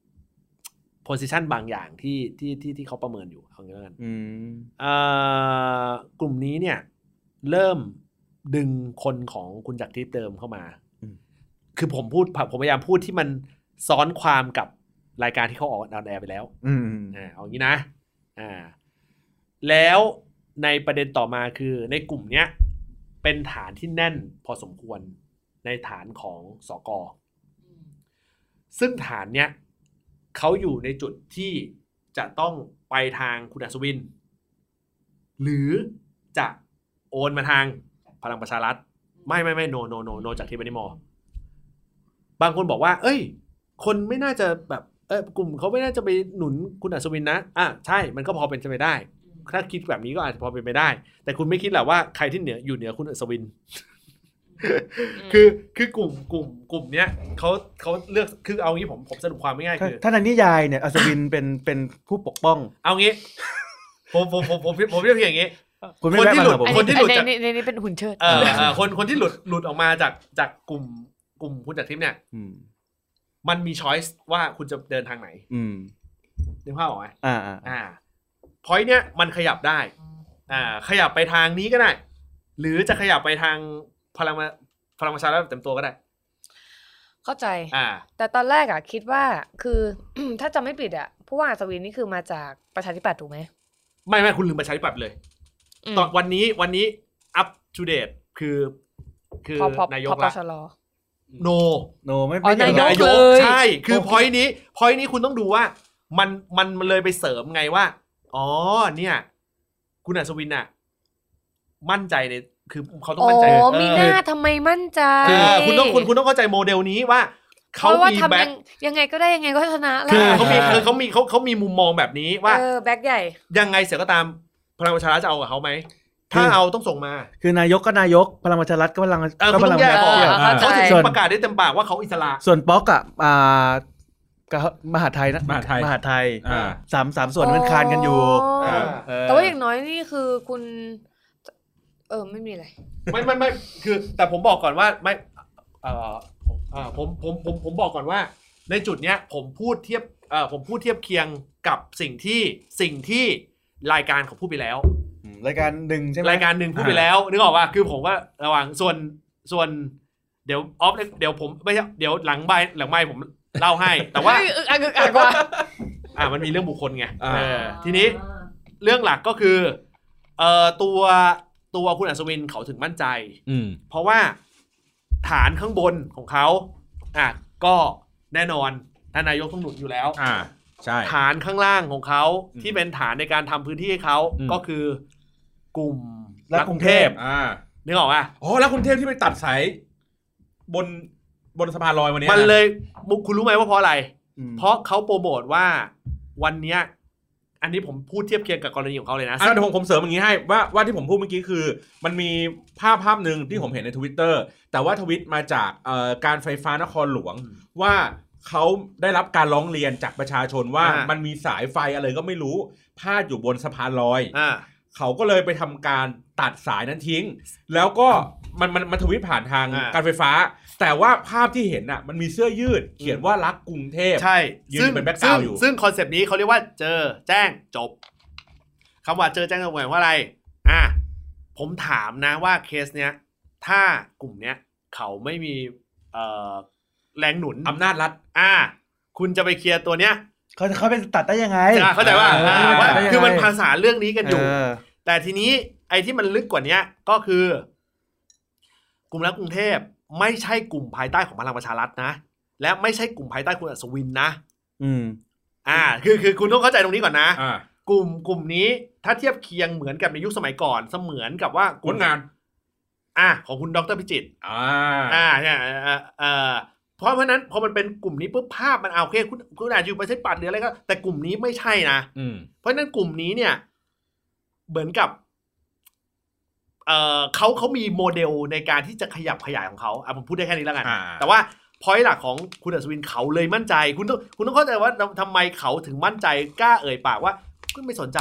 position บางอย่างที่ที่ที่ที่เขาประเมินอยู่เอางี้แล้วกันอ่ากลุ่มนี้เนี่ยเริ่มดึงคนของคุณจักรทิพย์เดิมเข้ามาคือผมพูดผมพยายามพูดที่มันซ้อนความกับรายการที่เขาออกออนแอร์ไปแล้วอ่าเอางี้นะอ่าแล้วในประเด็นต่อมาคือในกลุ่มเนี้ยเป็นฐานที่แน่นพอสมควรในฐานของสก.ซึ่งฐานเนี้ยเขาอยู่ในจุดที่จะต้องไปทางคุณอัศวินหรือจะโอนมาทางพลังประชารัฐไม่ไม่ไม่โนโนโนโนจากที่บันิมอบางคนบอกว่าเอ้ยคนไม่น่าจะแบบเออกลุ่มเขาไม่น่าจะไปหนุนคุณอัศวินนะอ่ะใช่มันก็พอเป็นไปได้ถ้าคิดแบบนี้ก็อาจจะพอเป็นไปได้แต่คุณไม่คิดแหละว่าใครที่เหนืออยู่เหนือคุณอัศวินคือคือกลุ่มกลุ่มกลุ่มเนี้ยเขาเขาเลือกคือเอางี้ผมผมสรุปความไม่ง่ายคือถ้าในนิยายเนี่ยอัศวินเป็นเป็นผู้ปกป้องเอางี้ผมผมผมผมผมเรียกอย่างงี้คนที่หลุดคนที่หลุดจากในนี้เป็นหุ่นเชิดเออคนคนที่หลุดหลุดออกมาจากจากกลุ่มกลุ่มคุณจักรทิพย์เนี่ยมันมีช้อยส์ว่าคุณจะเดินทางไหนนึกภาพออกไหมอ่าอ่าพอยต์เนี้ยมันขยับได้อ่าขยับไปทางนี้ก็ได้หรือจะขยับไปทางพลังพลังประชารัฐเต็มตัวก็ได้เข้าใจอ่าแต่ตอนแรกอ่ะคิดว่าคือ ถ้าจำไม่ผิดอ่ะผู้ว่าอัศวินนี่คือมาจากประชาธิปัตย์ถูกไหมไม่ไม่คุณลืมประชาธิปัตย์เลยตอนวันนี้วันนี้อัปทูเดตคือคือนายกละโนโนไม่ไม่นายกใช่คือพอยต์นี้พอยต์นี้คุณต้องดูว่ามันมันมันเลยไปเสริมไงว่าอ๋อเนี่ยคุณอัศวินน่ะมั่นใจในคือเขาต้องมั่นใจอ๋อมีหน้าทำไมมั่นใจคุณต้องคุณคุณต้องเข้าใจโมเดลนี้ว่าเขามีแบ็คยังไงก็ได้ยังไงก็ชนะแล้วเขามีเขามีเขาเขามีมุมมองแบบนี้ว่าเออแบ็คใหญ่ยังไงเสียก็ตามพลังประชารัฐจะเอากับเขาไหมถ้าเอาต้องส่งมาคือนายกก็นายกพลังประชารัฐก็พลังก็พลังประชารัฐเขาถึงประกาศได้เต็มปากว่าเขาอิสระส่วนป๊อกอ่ะอ่ามหาไทยนะมหาไทยมหาไทยสามสามส่วนมันคานกันอยู่แต่ว่าอย่างน้อยนี่คือคุณเออไม่มีอะไรไม่ไม่ไม่คือแต่ผมบอกก่อนว่าไม่เอ่ออ่าผมผมผมผมบอกก่อนว่าในจุดเนี้ยผมพูดเทียบเอ่อผมพูดเทียบเคียงกับสิ่งที่สิ่งที่รายการเขาพูดไปแล้วรายการหนึ่งใช่ไหมรายการหนึ่งพูดไปแล้วนึกออกว่าคือผมว่าระหว่างส่วนส่วนเดี๋ยวออฟเดี๋ยวผมไม่ใช่เดี๋ยวหลังใบหลังใบผมเล่าให้แต่ว่าอ่ะอ่ะกว่าอ่ะมันมีเรื่องบุคคลไงเออทีนี้เรื่องหลักก็คือเอ่อตัวตัวคุณอัศวินเขาถึงมั่นใจเพราะว่าฐานข้างบนของเขาอ่ะก็แน่นอนท่านนายกต้องหนุนอยู่แล้วอ่าใช่ฐานข้างล่างของเขาที่เป็นฐานในการทำพื้นที่ให้เขาก็คือกลุ่มรักกรุงเทพอ่านึกออกป่ะอ๋อรักกรุงเทพที่ไปตัดสายบนบนสะพานลอยวันนี้มันเลยคุณรู้ไหมว่าเพราะอะไรเพราะเขาโปรโมทว่าวันเนี้ยอันนี้ผมพูดเทียบเคียงกับกรณีของเขาเลยนะอ่ะเดี๋ยวผมผมเสริมอย่างนี้ให้ว่าว่าที่ผมพูดเมื่อกี้คือมันมีภาพภาพนึงที่ผมเห็นใน Twitter แต่ว่าทวิตมาจากเอ่อการไฟฟ้านครหลวงว่าเขาได้รับการร้องเรียนจากประชาชนว่ามันมีสายไฟอะไรก็ไม่รู้พาดอยู่บนสะพานลอยเขาก็เลยไปทำการตัดสายนั้นทิ้งแล้วก็มันมันมันทวิตผ่านทางการไฟฟ้าแต่ว่าภาพที่เห็นน่ะมันมีเสื้อยืดเขียนว่ารักกรุงเทพใช่ยืนเป็นแบ็คกราวด์อยู่ซึ่งคอนเซปต์นี้เขาเรียกว่าเจอแจ้งจบคำว่าเจอแจ้งจบหมายว่าอะไรอ่ะผมถามนะว่าเคสเนี้ยถ้ากลุ่มเนี้ยเขาไม่มีเอ่อแรงหนุนอำนาจรัฐอ่ะคุณจะไปเคลียร์ตัวเนี้ยเขาเขาเป็นตัดได้ยังไงเข้าใจว่าคือมันภาษาเรื่องนี้กันอยู่แต่ทีนี้ไอ้ที่มันลึกกว่านี้ก็คือกลุ่มรักกรุงเทพไม่ใช่กลุ่มภายใต้ของพลังประชารัฐนะและไม่ใช่กลุ่มภายใต้คุณอัศวินนะอืมอ่าคือคือคุณต้องเข้าใจตรงนี้ก่อนนะอ่ากลุ่มกลุ่มนี้ถ้าเทียบเคียงเหมือนกับในยุคสมัยก่อนเสมือนกับว่าผลงานอ่าของคุณดร.พิจิตรอ่าอ่าเนี่ยเอ่อเพราะเพราะนั้นพอมันเป็นกลุ่มนี้ปุ๊บภาพมันเอาโอเคคุณคุณอาจอยู่ไปใช้ปัดหรืออะไรก็แต่กลุ่มนี้ไม่ใช่นะเพราะนั้นกลุ่มนี้เนี่ยเหมือนกับเอ่อเขาเขามีโมเดลในการที่จะขยับขยายของเขาอ่ะผมพูดได้แค่นี้แล้วกันแต่ว่าพอยต์หลักของคุณอัศวินเขาเลยมั่นใจคุณต้องคุณต้องเข้าใจว่าทำไมเขาถึงมั่นใจกล้าเอ่ยปากว่าก็ไม่สนใจอ่ะ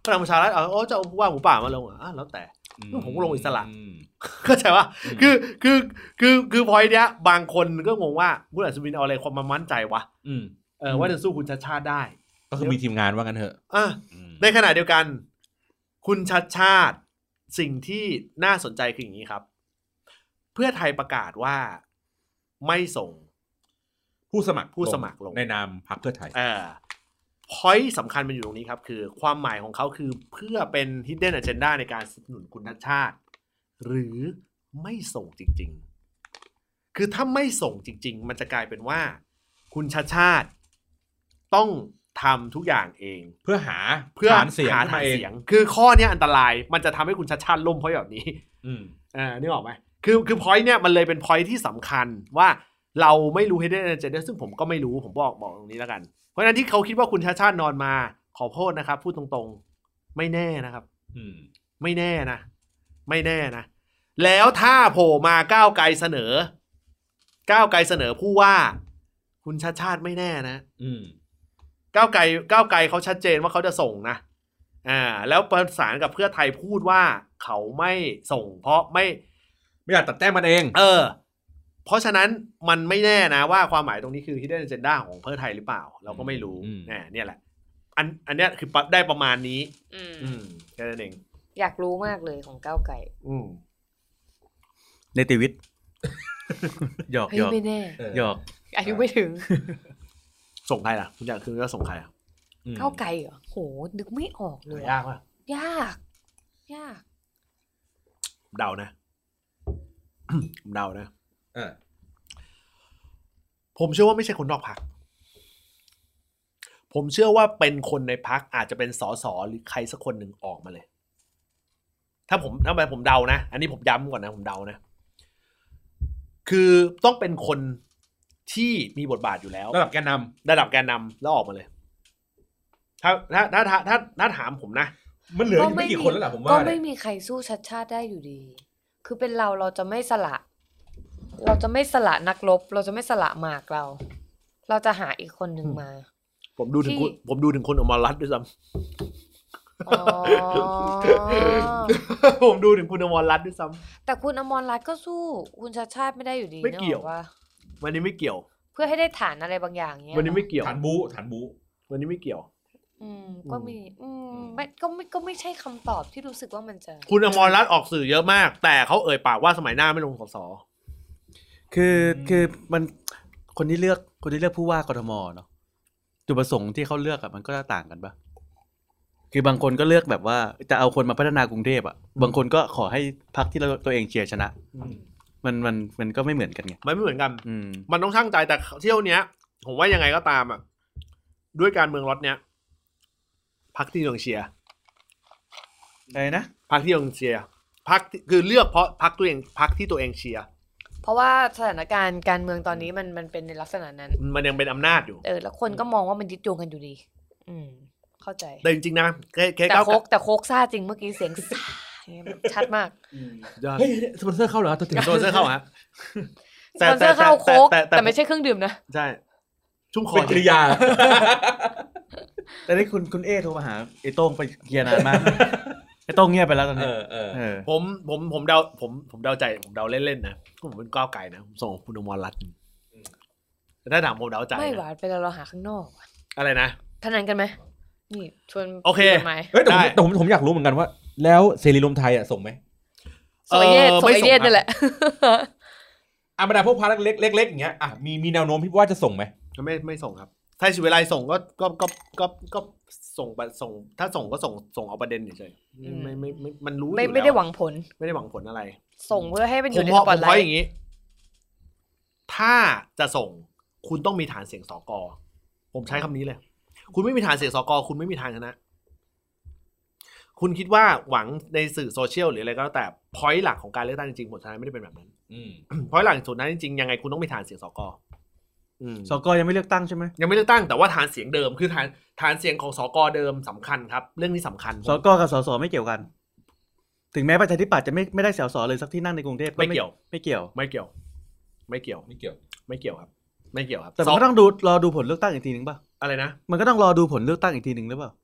พลังประชารัฐเอาโอ้จะเอาผู้ว่าหมูป่ามาลงอ่ะแล้วแต่ผมก็ลงอิสระเข้าใจว่าคือคือคือคือพอยเนี้ยบางคนก็งงว่าคุณอัศวินเอาอะไรความมามั่นใจวะเออว่าจะสู้คุณชัดชาติได้ก็คือมีทีมงานว่ากันเถอะอ่ะในขณะเดียวกันคุณชัดชาติสิ่งที่น่าสนใจคืออย่างนี้ครับเพื่อไทยประกาศว่าไม่ส่งผู้สมัครผู้สมัครลงในนามพรรคเพื่อไทยเออพอยต์สำคัญมันอยู่ตรงนี้ครับคือความหมายของเขาคือเพื่อเป็น hidden agenda ในการสนับสนุนคุณชัดชาติหรือไม่ส่งจริงๆคือถ้าไม่ส่งจริงๆมันจะกลายเป็นว่าคุณชัดชาติต้องทำทุกอย่างเองเพื่อหาเพื่อหาเสียงหาเสียงคือข้อนี้อันตรายมันจะทำให้คุณชัดชาติล่มเพราะแบบนี้อืมอ่านึกออกไหมคือคือ point เนี่ยมันเลยเป็น point ที่สำคัญว่าเราไม่รู้ hidden agenda ซึ่งผมก็ไม่รู้ผมบอกบอกตรงนี้แล้วกันเพราะฉะนั้นที่เขาคิดว่าคุณชัดชาตินอนมาขอโทษนะครับพูดตรงๆไม่แน่นะครับอืมไม่แน่นะไม่แน่นะแล้วถ้าโผล่มาก้าวไกลเสนอก้าวไกลเสนอผู้ว่าคุณชัดชาติไม่แน่นะอืมก้าวไกลก้าวไกลเขาชัดเจนว่าเขาจะส่งนะอ่าแล้วประสานกับเพื่อไทยพูดว่าเขาไม่ส่งเพราะไม่ไม่อยากตัดแต้มมันเองเออเพราะฉะนั้นมันไม่แน่นะว่าความหมายตรงนี้คือ hidden agenda ของเพื่อไทยหรือเปล่าเราก็ไม่รู้เนี่ยแหละอันอันเนี้ยคือได้ประมาณนี้อืมแค่นั้นเองอยากรู้มากเลยของก้าวไกลอืมเนติวิทย์หยอกหยอกไม่แน่หยอกอายุไม่ถึงส่งใครล่ะคุณอยากคือจะส่งใครอ่ะก้าวไกลเหรอโหนึกไม่ออกเลยยากป่ะยากยากเดานะเดานะเออผมเชื่อว่าไม่ใช่คนนอกพรรคผมเชื่อว่าเป็นคนในพรรคอาจจะเป็นสสหรือใครสักคนหนึ่งออกมาเลยถ้าผมถ้าไปผมเดานะอันนี้ผมย้ำก่อนนะผมเดานะคือต้องเป็นคนที่มีบทบาทอยู่แล้วระดับแกนนำระดับแกนนำแล้วออกมาเลยถ้าถ้าถ้าถ้าถ้าถ้าถามผมนะมันเหลือไม่กี่คนแล้วล่ะผมว่าก็ไม่มีใครสู้ชัดชาติได้อยู่ดีคือเป็นเราเราจะไม่สละเราจะไม่สละนักรบเราจะไม่สละหมากเราเราจะหาอีกคนหนึ่งมาผมดูถึงคุณผมดูถึงคนอมรรัตน์ด้วยซ้ำอ๋อผมดูถึงคุณอมรรัตน์ด้วยซ้ำแต่คุณอมรรัตน์ก็สู้คุณชัดชาติไม่ได้อยู่ดีไม่เกี่ยวว่าวันนี้ไม่เกี่ยวเพื่อให้ได้ฐานอะไรบางอย่างเงี้ยวันนี้ไม่เกี่ยวฐานบู๊ฐานบู๊วันนี้ไม่เกี่ยวอืมก็มีอืมไม่ก็ไม่ก็ไม่ใช่คำตอบที่รู้สึกว่ามันจะคุณอมรรัตน์ออกสื่อเยอะมากแต่เขาเอ่ยปากว่าสมัยหน้าไม่ลงสสคือคือมันคนที่เลือกคนที่เลือกผู้ว่ากทมเนาะจุดประสงค์ที่เขาเลือกอะมันก็จะต่างกันปะคือบางคนก็เลือกแบบว่าจะเอาคนมาพัฒนากรุงเทพอะบางคนก็ขอให้พรรคที่เราตัวเองเชียร์ชนะมันมันมันก็ไม่เหมือนกันไงมันไม่เหมือนกันมันต้องช่างใจแต่เที่ยวเนี้ยผมว่ายังไงก็ตามอะด้วยการเมืองล็อตเนี้ยพรรคที่ตัวเองเชียร์อะไรนะพรรคที่ตัวเองเชียร์พรรคคือเลือกเพราะพรรคตัวเองพรรคที่ตัวเองเชียร์เพราะว่าสถานการณ์การเมืองตอนนี้มันมันเป็นในลักษณะนั้นมันยังเป็นอำนาจอยู่เออแล้วคนก็มองว่ามันยึดโยงกันอยู่ดีอืมเข้าใจแต่จริงๆนะแค่แค่แต่โคกแต่โคกซ่าจริงเมื่อกี้เสียงซ่าชัดมากเฮ้ยสปอนเซอร์เข้าเหรอตัวถึงสปอนเซอร์เข้าฮะสปอนเซอร์เข้าโคกแต่ไม่ใช่เครื่องดื่มนะใช่ชุ่มคอเป็นกริยาแต่นี่คุณคุณเอโทรมาหาไอ้โต้งไปเคลียร์นานมากไอ้โต้งเงียบไปแล้วตอนนี้เออผมผมผมเดาผมผมเดาใจผมเดาเล่นๆนะผมเป็นก้าวไกลนะผมส่งคุณอมรรัตน์แต่ถ้าถามผมเดาใจไม่หวานไปแล้วเราหาข้างนอกอะไรนะพนันกันไหมนี่ชวนโอเคเฮ้ยแต่ผมผมอยากรู้เหมือนกันว่าแล้วเสรีรวมไทยอ่ะส่งไหมส่งเยสส่งเยสนั่นแหละอ่ะบรรดาพวกพรรคเล็กเล็กอย่างเงี้ยอ่ะมีมีแนวโน้มพี่ว่าจะส่งไหมไม่ไม่ส่งครับถ้าสิเวลาส่งก็ก็ก็ก็ก็ส่งไปส่งถ้าส่งก็ส่งส่งเอาประเด็นเฉยๆไม่ไม่ไม่มันรู้อยู่แล้วไม่ได้หวังผลไม่ได้หวังผลอะไรส่งเพื่อให้มันอยู่ในสปอตไลท์ผมเพราะอย่างนี้ถ้าจะส่งคุณต้องมีฐานเสียงสกผมใช้คำนี้เลยคุณไม่มีฐานเสียงสกคุณไม่มีทางชนะคุณคิดว่าหวังในสื่อโซเชียลหรืออะไรก็แล้วแต่พอยต์หลักของการเลือกตั้งจริงๆผลสุดท้ายไม่ได้เป็นแบบนั้นพอยต์หลักสุดนั้นจริงๆยังไงคุณต้องมีฐานเสียงสกสกยังไม่เลือกตั้งใช่ไหมยังไม่เลือกตั้งแต่ว่าฐานเสียงเดิมคือฐานฐานเสียงของสกเดิมสำคัญครับเรื่องนี้สำคัญสกกับสสไม่เกี่ยวกันถึงแม้ประชาธิปัตย์จะไม่ไม่ได้สสเลยสักที่นั่งในกรุงเทพไม่เกี่ยวไม่เกี่ยวไม่เกี่ยวไม่เกี่ยวไม่เกี่ยวไม่เกี่ยวครับไม่เกี่ยวครับแต่มันก็ต้องดูรอดูผลเลือกตั้งอีกทีนึงป่ะอะไรนะมันก็ต้องรอดูผลเลือกตั้งอีกทีนึงหรือเปล่า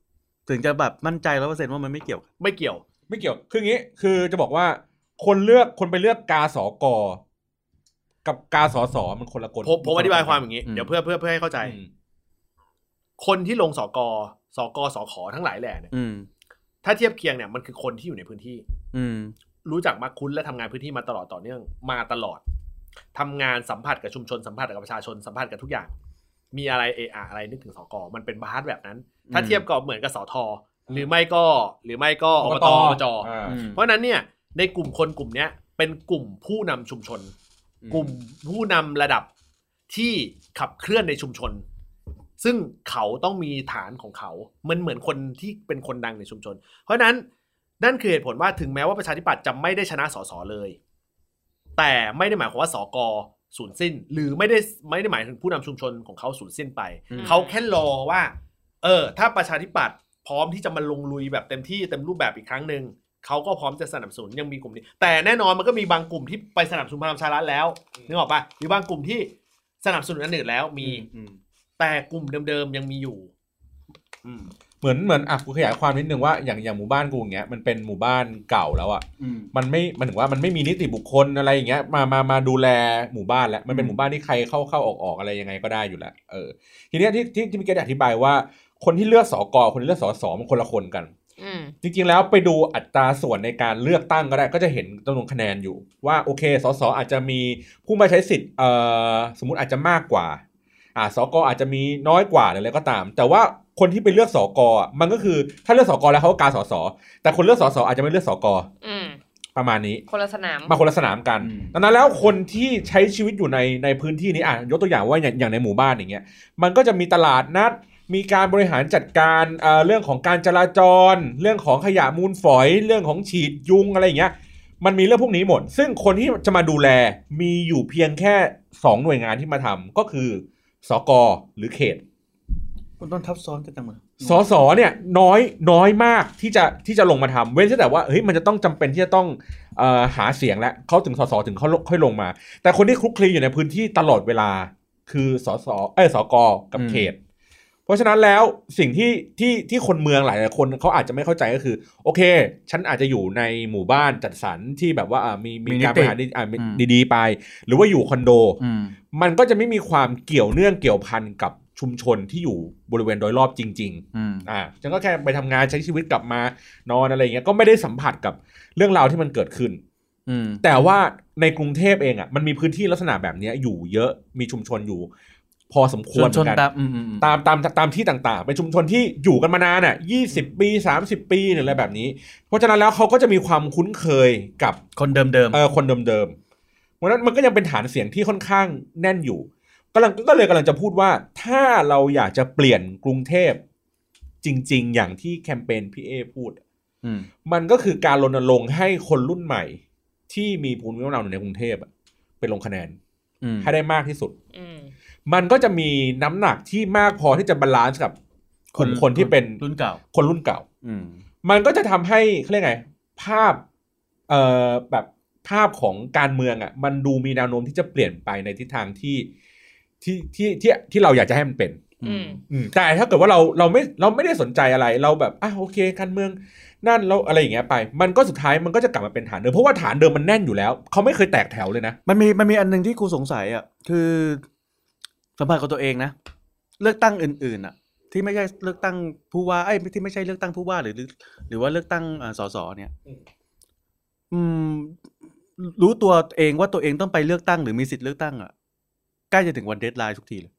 ถึงจะแบบมั่นใจร้อยเปอร์เซ็นต์ว่ามันไม่เกี่ยวไม่เกี่ยวไม่เกี่ยวคืองี้คือจะบอกว่าคนเลือกคนไปเลือกกาสกกับกาสสมันคนละคนผมผมอธิบายความอย่างนี้เดี๋ยวเพื่อเพื่อเพื่อให้เข้าใจคนที่ลงสกสกสขทั้งหลายแหล่เนี่ยถ้าเทียบเคียงเนี่ยมันคือคนที่อยู่ในพื้นที่รู้จักมักคุ้นและทำงานพื้นที่มาตลอดต่อเนื่องมาตลอดทำงานสัมผัสกับชุมชนสัมผัสกับประชาชนสัมผัสกับทุกอย่างมีอะไรเอะอะไรนึกถึงสกมันเป็นบาร์แบบนั้นถ้าเทียบกับเหมือนกับสทหรือไม่ก็หรือไม่ก็อบตอบจเพราะนั้นเนี่ยในกลุ่มคนกลุ่มนี้เป็นกลุ่มผู้นำชุมชนกลุ่มผู้นำระดับที่ขับเคลื่อนในชุมชนซึ่งเขาต้องมีฐานของเขามันเหมือนคนที่เป็นคนดังในชุมชนเพราะนั้นนั่นคือเหตุผลว่าถึงแม้ว่าประชาธิปัตย์จะไม่ได้ชนะสสเลยแต่ไม่ได้หมายความว่าสกสูญสิ้นหรือไม่ได้ไม่ได้หมายถึงผู้นำชุมชนของเขาสูญสิ้นไปเขาแค่รอว่าเออถ้าประชาธิปัตย์พร้อมที่จะมาลงลุยแบบเต็มที่เต็มรูปแบบอีกครั้งนึงเขาก็พร้อมจะสนับสนุนยังมีกลุ่มนี้แต่แน่นอนมันก็มีบางกลุ่มที่ไปสนับสนุนพลังประชารัฐแล้วนึกออกป่ะหรือบางกลุ่มที่สนับสนุนอันอื่นแล้วมีแต่กลุ่มเดิมๆยังมีอยู่เหมือนเหมือนอ่ะกูขยายความนิดนึงว่าอย่างอย่างหมู่บ้านกูอย่างเงี้ยมันเป็นหมู่บ้านเก่าแล้วอ่ะมันไม่มันถึงว่ามันไม่มีนิติบุคคลอะไรอย่างเงี้ยมามามาดูแลหมู่บ้านแล้วมันเป็นหมู่บ้านที่ใครเข้าเข้าออกออกอะไรยังไงก็ได้อยู่แล้วเออทีเนี้ยที่ที่ที่มีการอธิบายว่าคนที่เลือกสกคนที่เลือกสสมันคนละคนกันจริงๆแล้วไปดูอัตราส่วนในการเลือกตั้งก็ได้ก็จะเห็นจำนวนคะแนนอยู่ว่าโอเคสสอาจจะมีผู้มาใช้สิทธิ์เอ่อสมมุติอาจจะมากกว่าอ่าสกอาจจะมีน้อยกว่าหรืออะไรก็ตามแต่ว่าคนที่ไปเลือกสกอ่ะมันก็คือถ้าเลือกสกแล้วเขาก็กาสสแต่คนเลือกสสอาจจะไม่เลือกสกประมาณนี้คนละสนามมาคนละสนามกันดังนั้นแล้วคนที่ใช้ชีวิตอยู่ในในพื้นที่นี้อ่ะยกตัวอย่างว่าอย่างอย่างในหมู่บ้านอย่างเงี้ยมันก็จะมีตลาดนัดมีการบริหารจัดการเอ่อเรื่องของการจราจรเรื่องของขยะมูลฝอยเรื่องของฉีดยุงอะไรอย่างเงี้ยมันมีเรื่องพวกนี้หมดซึ่งคนที่จะมาดูแลมีอยู่เพียงแค่สองหน่วยงานที่มาทำก็คือสกหรือเขตมันต้องทับซ้อนกันจังเลยสสเนี่ยน้อยน้อยมากที่จะที่จะลงมาทำเว้นแต่ว่าเฮ้ยมันจะต้องจำเป็นที่จะต้องเอ่อหาเสียงแล้วเขาถึงสสถึงเขาค่อยลงมาแต่คนที่คลุกคลีอยู่ในพื้นที่ตลอดเวลาคือสสเอ้ยสกกับเขตเพราะฉะนั้นแล้วสิ่งที่ที่ที่คนเมืองหลายหลายคนเขาอาจจะไม่เข้าใจก็คือโอเคฉันอาจจะอยู่ในหมู่บ้านจัดสรรที่แบบว่ามีมีการบริหารดีๆไปหรือว่าอยู่คอนโดมันก็จะไม่มีความเกี่ยวเนื่องเกี่ยวพันกับชุมชนที่อยู่บริเวณโดยรอบจริงๆอ่าฉันก็แค่ไปทำงานใช้ชีวิตกลับมานอนอะไรอย่างเงี้ยก็ไม่ได้สัมผัสกับเรื่องราวที่มันเกิดขึ้นแต่ว่าในกรุงเทพเองอ่ะมันมีพื้นที่ลักษณะแบบนี้อยู่เยอะมีชุมชนอยู่พอสมควรเหมือนกันตามตามตามที่ต่างๆเป็นชุมชนที่อยู่กันมานานอ่ะยี่สิบปีสามสิบปีอะไรแบบนี้เพราะฉะนั้นแล้วเขาก็จะมีความคุ้นเคยกับคนเดิมๆเออคนเดิมๆเพราะฉะนั้นมันก็ยังเป็นฐานเสียงที่ค่อนข้างแน่นอยู่กำลังก็เลยกำลังจะพูดว่าถ้าเราอยากจะเปลี่ยนกรุงเทพจริงๆอย่างที่แคมเปญพี่เอพูดมันก็คือการรณรงค์ให้คนรุ่นใหม่ที่มีภูมิลำเนาในกรุงเทพไปลงคะแนนให้ได้มากที่สุดมันก็จะมีน้ำหนักที่มากพอที่จะบาลานซ์กับคนคนที่เป็นรุ่นเก่าคนรุ่นเก่ามันก็จะทำให้เขาเรียกไงภาพเอ่อแบบภาพของการเมืองอ่ะมันดูมีแนวโน้มที่จะเปลี่ยนไปในทิศทางที่ที่ที่ที่ที่เราอยากจะให้มันเป็นแต่ถ้าเกิดว่าเราเราไม่เราไม่ได้สนใจอะไรเราแบบอ่ะโอเคการเมืองนั่นแล้วอะไรอย่างเงี้ยไปมันก็สุดท้ายมันก็จะกลับมาเป็นฐานเดิมเพราะว่าฐานเดิมมันแน่นอยู่แล้วเขาไม่เคยแตกแถวเลยนะมันมีมันมีอันนึงที่กูสงสัยอ่ะคือสัมผัสกับตัวเองนะเลือกตั้งอื่นๆอ่ะที่ไม่ใช่เลือกตั้งผู้ว่าไอ้ที่ไม่ใช่เลือกตั้งผู้ว่าหรือหรือว่าเลือกตั้งสสเนี่ยอืมรู้ตัวเองว่าตัวเองต้องไปเลือกตั้งหรือมีสิทธิ์เลือกตั้งอ่ะใกล้จะถึงวันเดดไลน์ทุกทีเลย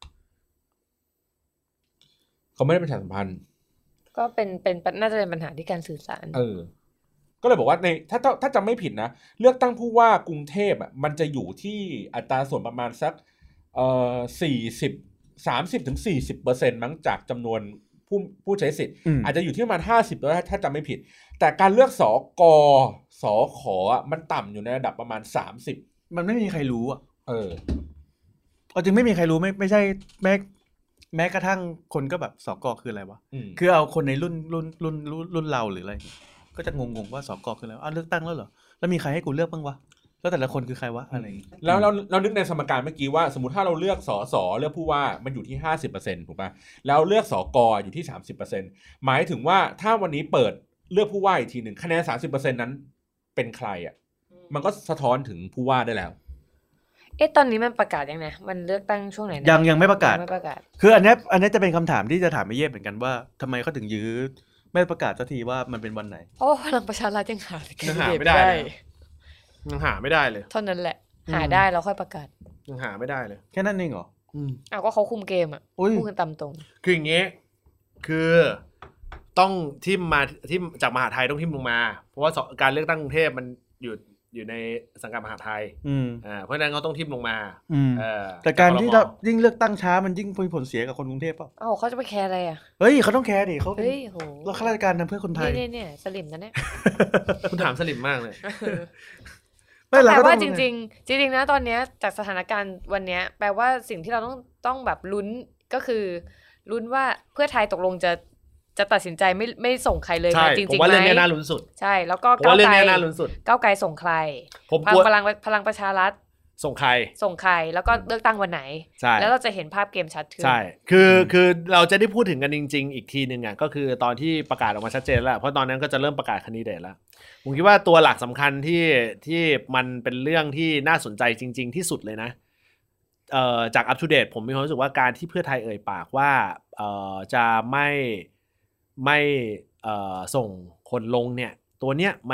เขาไม่ได้ประชาสัมพันธ์ก็เป็นเป็นน่าจะเป็นปัญหาที่การสื่อสารเออก็เลยบอกว่าในถ้าถ้าจำไม่ผิดนะเลือกตั้งผู้ว่ากรุงเทพอ่ะมันจะอยู่ที่อัตราส่วนประมาณสักเอ่อสี่สิบ สามสิบถึงสี่สิบเปอร์เซ็นต์ มั้งจากจำนวนผู้ผู้ใช้สิทธิ์อาจจะอยู่ที่ประมาณห้าสิบแล้วถ้าจำไม่ผิดแต่การเลือกสกสขอ่ะมันต่ำอยู่ในระดับประมาณสามสิบมันไม่มีใครรู้อ่ะเออเอาจริงไม่มีใครรู้ไม่ไม่ใช่แม้แม้กระทั่งคนก็แบบสกคืออะไรวะคือเอาคนในรุ่นรุ่นรุ่นรุ่นรุ่นเราหรืออะไรก็จะงงๆว่าสกคืออะไรอ้าวเลือกตั้งแล้วเหรอแล้วมีใครให้กูเลือกบ้างวะแล้วแต่ละคนคือใครวะอะไรแล้วเราเรานึกในสมการเมื่อกี้ว่าสมมติถ้าเราเลือกสสเลือกผู้ว่ามันอยู่ที่ ห้าสิบเปอร์เซ็นต์ ถูกป่ะแล้วเลือกสกอยู่ที่ สามสิบเปอร์เซ็นต์ หมายถึงว่าถ้าวันนี้เปิดเลือกผู้ว่าอีกทีนึงคะแนน สามสิบเปอร์เซ็นต์ นั้นเป็นใครอ่ะมันก็สะท้อนถึงผู้ว่าได้แล้วเอ๊ะตอนนี้มันประกาศยังไงมันเลือกตั้งช่วงไหนนะยังยังไม่ประกาศไม่ประกาศคืออันนี้อันนี้จะเป็นคำถามที่จะถามไอ้เย่เหมือนกันว่าทำไมเขาถึงยื้อไม่ประกาศสักทีว่ามันเป็นวันไหนโอ้พลังประชารัฐยังหายังหาไม่ได้ยังหาไม่ได้เลยเท่านั้นแหละหาได้แล้วค่อยประกาศยังหาไม่ได้เลยแค่นั้นเองเหรออืมอ้าวก็เขาคุมเกมอ่ะพูดกันตามตรงคืออย่างงี้คือต้องทิมมาทิมจากมหาไทยต้องทิมลงมาเพราะว่าการเลือกตั้งกรุงเทพมันอยู่อยู่ในสังกัดมหาไทยอ่าเพราะฉะนั้นเขาต้องทิมลงมาแต่การที่เรายิ่งเลือกตั้งช้ามันยิ่งมีผลเสียกับคนกรุงเทพป่ะอ้าวเขาจะไปแคร์อะไรอ่ะเฮ้ยเขาต้องแคร์ดิเขาเฮ้ยโหเราข้าราชการทำเพื่อคนไทยเนี่ยเนี่ยสลิมนะเนี่ยคุณถามสลิมมากเลยไม่แปลว่าจริงๆจริงๆนะตอนนี้จากสถานการณ์วันนี้แปลว่าสิ่งที่เราต้องต้องแบบลุ้นก็คือลุ้นว่าเพื่อไทยตกลงจะจะตัดสินใจไม่ไม่ส่งใครเลยไหมจริงๆไหมผมว่าเรื่องนี้น่าลุ้นสุดใช่แล้วก็ก้าวไกลก้าวไกลส่งใครพลังพลังประชารัฐส่งใครส่งใครแล้วก็เลือกตั้งวันไหนแล้วเราจะเห็นภาพเกมชัดขึ้นใช่คือคือเราจะได้พูดถึงกันจริงๆอีกทีนึงอ่ะก็คือตอนที่ประกาศออกมาชัดเจนแล้วเพราะตอนนั้นก็จะเริ่มประกาศคันดิเดตแล้วผมคิดว่าตัวหลักสำคัญที่ที่มันเป็นเรื่องที่น่าสนใจจริงๆที่สุดเลยนะเอ่อจากอัปทูเดตผมมีความรู้สึกว่าการที่เพื่อไทยเอ่ยปากว่าเอ่อจะไม่ไม่เอ่อส่งคนลงเนี่ยตัวเนี้ยมัน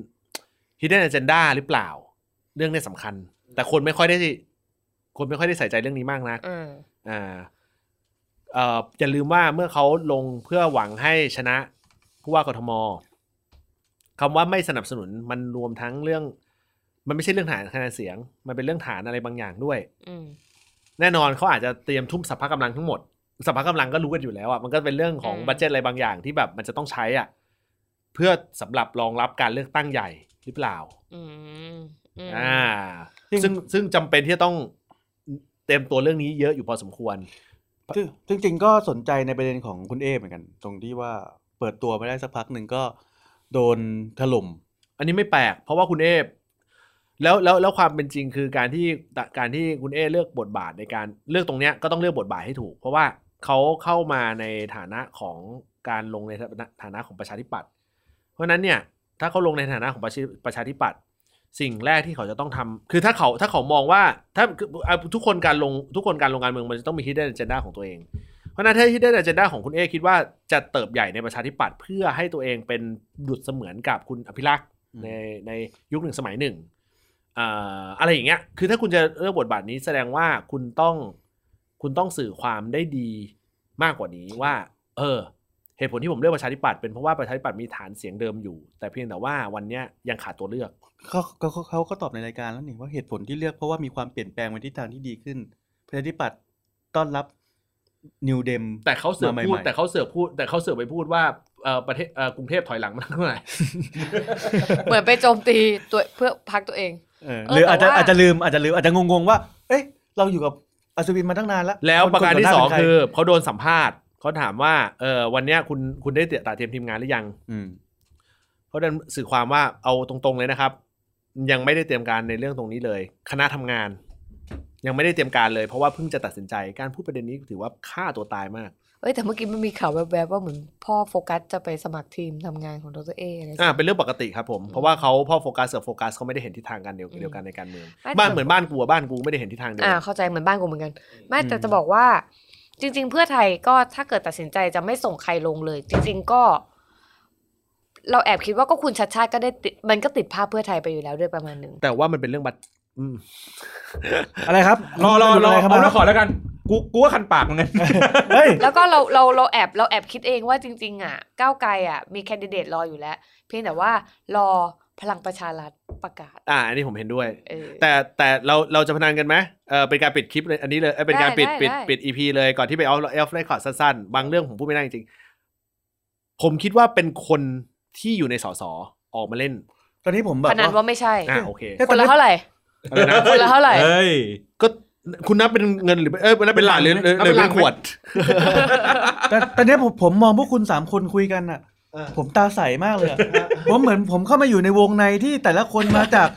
hidden agenda หรือเปล่าเรื่องนี้สำคัญแต่คนไม่ค่อยได้คนไม่ค่อยได้ใส่ใจเรื่องนี้มากนักอ่าเอ่ออย่าลืมว่าเมื่อเขาลงเพื่อหวังให้ชนะผู้ว่ากทมคำว่าไม่สนับสนุนมันรวมทั้งเรื่องมันไม่ใช่เรื่องฐานคะแนนเสียงมันเป็นเรื่องฐานอะไรบางอย่างด้วยแน่นอนเขาอาจจะเตรียมทุ่มสรรพกำลังทั้งหมดสรรพกำลังก็รู้กันอยู่แล้วอ่ะมันก็เป็นเรื่องของบัดเจ็ตอะไรบางอย่างที่แบบมันจะต้องใช้อ่ะเพื่อสำหรับรองรับการเลือกตั้งใหญ่หรือเปล่าอ่าซึ่งซึ่งจำเป็นที่จะต้องเต็มตัวเรื่องนี้เยอะอยู่พอสมควรจริงจริงก็สนใจในประเด็นของคุณเอเหมือนกันตรงที่ว่าเปิดตัวไม่ได้สักพักหนึ่งก็โดนถล่มอันนี้ไม่แปลกเพราะว่าคุณเอแล้วแล้วแล้วความเป็นจริงคือการที่การที่คุณเอเลือกบทบาทในการเลือกตรงเนี้ยก็ต้องเลือกบทบาทให้ถูกเพราะว่าเขาเข้ามาในฐานะของการลงในฐานะของประชาธิปัตย์เพราะนั้นเนี่ยถ้าเขาลงในฐานะของประชาธิปัตย์สิ่งแรกที่เขาจะต้องทำคือถ้าเขาถ้าเขามองว่าถ้าทุกคนการลงทุกคนการลงการเมืองมันจะต้องมี hidden agenda ของตัวเองเพราะนั้นถ้า hidden agenda ของคุณเอคิดว่าจะเติบใหญ่ในประชาธิปัตย์เพื่อให้ตัวเองเป็นดุจเสมือนกับคุณอภิรักษ์ในในยุคหนึ่งสมัยหนึ่งอ่าอะไรอย่างเงี้ยคือถ้าคุณจะเลือกบทบาทนี้แสดงว่าคุณต้องคุณต้องสื่อความได้ดีมากกว่านี้ว่าเออเหตุผลที่ผมเลือกประชาธิปัตย์เป็นเพราะว่าประชาธิปัตย์มีฐานเสียงเดิมอยู่แต่เพียงแต่ว่าวันนี้ยังขาดตัวเลือกเขาเขาเขาก็ตอบในรายการแล้วนี่ว่าเหตุผลที่เลือกเพราะว่ามีความเปลี่ยนแปลงในทิศทางที่ดีขึ้นประชาธิปัตย์ต้อนรับนิวเดมแต่เขาเสือกพูดแต่เขาเสือกพูดแต่เขาเสือกไปพูดว่าเอ่อประเทศเอ่อกรุงเทพถอยหลังมาเท่าไหร่เหมือนไปโจมตีตัวเพื่อพรรคตัวเองเออหรืออาจจะอาจจะลืมอาจจะลืมอาจจะงงๆว่าเอ๊ะเราอยู่กับอัศวินมาตั้งนานแล้วแล้วประการที่สองคือเขาโดนสัมภาษณ์เขาถามว่าเออวันนี้คุณคุณได้ตัดเตรียมทีมงานหรือยังอืมเขาดันสื่อความว่าเอาตรงๆเลยนะครับยังไม่ได้เตรียมการในเรื่องตรงนี้เลยคณะทำงานยังไม่ได้เตรียมการเลยเพราะว่าเพิ่งจะตัดสินใจการพูดประเด็นนี้ถือว่าฆ่าตัวตายมากเอ้ยแต่เมื่อกี้มันมีข่าวแวบๆว่าเหมือนพ่อโฟกัสจะไปสมัครทีมทำงานของดร.เออะไรอ่าเป็นเรื่องปกติครับผมเพราะว่าเขาพ่อโฟกัสกับโฟกัสเขาไม่ได้เห็นทิศทางกันเดียวเดียวกันในการเมืองบ้านเหมือนบ้านกูบ้านกูไม่ได้เห็นทิศทางเดียวอ่าเข้าใจเหมือนบ้านกูเหมือนกันไม่แต่จะบอกว่าจริงๆเพื่อไทยก็ถ้าเกิดตัดสินใจจะไม่ส่งใครลงเลยจริงๆก็เราแอบคิดว่าก็คุณชัดชาติก็ได้มันก็ติดภาพเพื่อไทยไปอยู่แล้วด้วยประมาณนึงแต่ว่ามันเป็นเรื่องบัตรอะไรครับรอรอรอเอาแล้วขอแล้วกันกูกูว่าคันปากเหมือนกันเฮ้ยแล้วก็เราเราเราแอบเราแอบคิดเองว่าจริงๆอ่ะก้าวไกลอ่ะมีแคนดิเดตรออยู่แล้วเพียงแต่ว่ารอพลังประชารัฐประกาศอ่าอันนี้ผมเห็นด้วยแต่แต่เราเราจะพนันกันไหมเออเป็นการปิดคลิปเลยอันนี้เลยเป็นการปิดปิดปิด อี พี เลยก่อนที่ไปเอาเอลฟ์เรคคอร์ดสั้นๆบางเรื่องผมพูดไม่ได้จริงๆผมคิดว่าเป็นคนที่อยู่ในสสออกมาเล่นตอนนี้ผมแบบพนันว่าไม่ใช่อ่าโอเคคนละเท่าไหร่คนละเท่าไหร่เฮ้ยก็คุณนับเป็นเงินหรือเอ้ยนับเป็นหลานหรือหรือเป็นขวดแต่ตอนนี้ผมผมมองพวกคุณสามคนคุยกันอ่ะผมตาใสมากเลยผมเหมือนผมเข้ามาอยู่ในวงในที่แต่ละคนมาจาก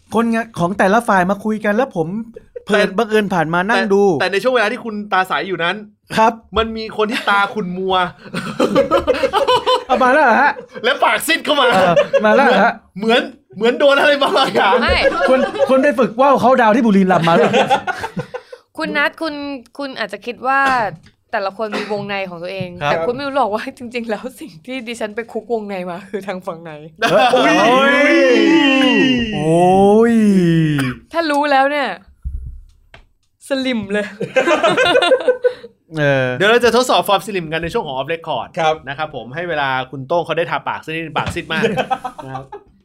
คนของแต่ละฝ่ายมาคุยกันแล้วผมเพิ่นบังเอิญผ่านมานั่งดูแต่ในช่วงเวลาที่คุณตาใสอยู่นั้นครับมันมีคนที่ตาคุณมัวเอามาแล้วฮะแล้วปากซิดเข้ามามาแล้วฮะเหมือนเหมือนโดนอะไรบางอย่างคนคนไปฝึกว่าวเขาดาวที่บุรีรัมย์มาแล้วคุณนัทคุณคุณอาจจะคิดว่าแต่ละคนมีวงในของตัวเองแต่คุณไม่รู้หรอกว่าจริงๆแล้วสิ่งที่ดิฉันไปคุกวงในมาคือทางฝั่งในโอ้ยโอ้ยถ้ารู้แล้วเนี่ยสลิมเลยเดี๋ยวเราจะทดสอบฟอร์มสลิมกันในช่วงของออฟเรคคอร์ดนะครับผมให้เวลาคุณโต้งเขาได้ทาปากซิดปากซิดมากนะครับ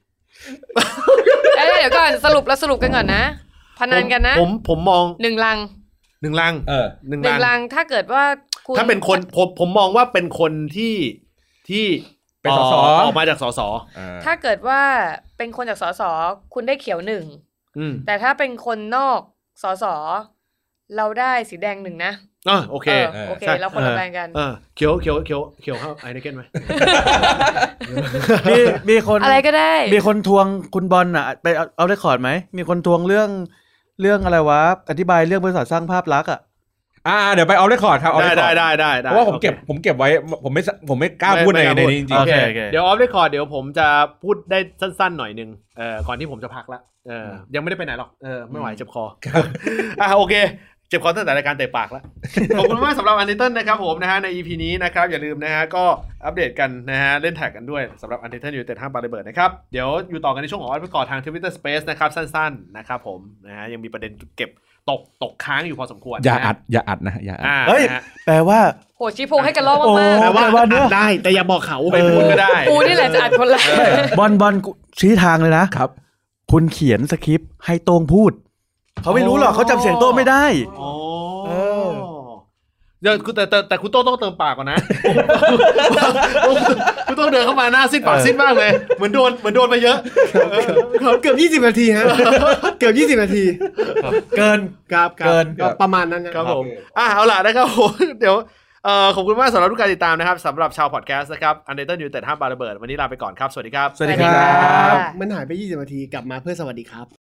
เดี๋ยวก่อนสรุปแล้วสรุปกันก่อนนะพนันกันนะผมผมมองหนึ่งลังหนึ่งลังเออหนึ่งลังถ้าเกิดว่าถ้าเป็นคนผมผมมองว่าเป็นคนที่ที่เป็นสสออกมาจากสสถ้าเกิดว่าเป็นคนจากสสคุณได้เขียวหนึ่งแต่ถ้าเป็นคนนอกสสเราได้สีแดงหนึ่งนะอ๋อโอเคโอเคเราคนละแบงกันเขียวเขียวเขียวเขียวเข้าไอเนเก้นไหมมีมีคนอะไรก็ได้มีคนทวงคุณบอลอ่ะไปเอาเรคคอร์ดไหมมีคนทวงเรื่องเรื่องอะไรวะอธิบายเรื่องบริษัทสร้างภาพลักษณ์อ่ะอ่าเดี๋ยวไปเอาเรคคอร์ดครับเอาเรคคอร์ดได้ได้ได้เพราะว่าผมเก็บผมเก็บไว้ผมไม่ผมไม่กล้าพูดในในนี้จริงๆเดี๋ยวออฟเรคคอร์ดเดี๋ยวผมจะพูดได้สั้นๆหน่อยนึงเอ่อก่อนที่ผมจะพักละเออยังไม่ได้ไปไหนหรอกเออไม่ไหวเจ็บคออ่ะโอเคเจ็บคอตั้งแต่รายการเตะปากแล้วขอบคุณมากสำหรับอันเดอร์ตันนะครับผมนะฮะใน อี พี นี้นะครับอย่าลืมนะฮะก็อัปเดตกันนะฮะเล่นแท็กกันด้วยสำหรับอันเดอร์ตันยูไนเต็ดห้ามปาระเบิดนะครับเดี๋ยวอยู่ต่อกันในช่วงของออฟเรคคอร์ดทาง Twitter Space นะครับสั้นๆนะครับผมนะฮะยังมีประเด็นเก็บตกตกค้างอยู่พอสมควรอย่าอัดอย่าอัดนะอย่าอัดเฮ้ยแปลว่าโหชี้โพงให้กันรอบมากแปลว่าอัดได้แต่อย่าบอกเขาไปพูดก็ได้กูนี่แหละจะอัดคนละบอลบอลชี้ทางเลยนะครับคุณเขียนสคริปต์ให้โต้งพูดเขาไม่รู้หรอกเขาจำเสียงโต้งไม่ได้อ๋อเดี๋ยวแต่แต่แต่คุณโต้งต้องเติมปากก่อนนะคุณโต้งเดินเข้ามาหน้าซิดปากซิดมากเลยเหมือนโดนเหมือนโดนไปเยอะเกือบยี่สิบนาทีฮะเกือบยี่สิบนาทีเกินครับเกินก็ประมาณนั้นครับผมอ่ะเอาล่ะนะครับผมเดี๋ยวเอ่อขอบคุณมากสำหรับทุกการติดตามนะครับสำหรับชาวพอดแคสต์นะครับอันเดอร์ตันยูไนเต็ดห้ามปาระเบิดวันนี้ลาไปก่อนครับสวัสดีครับสวัสดีครับมันหายไปยี่สิบนาทีกลับมาเพื่อสวัสดีครับ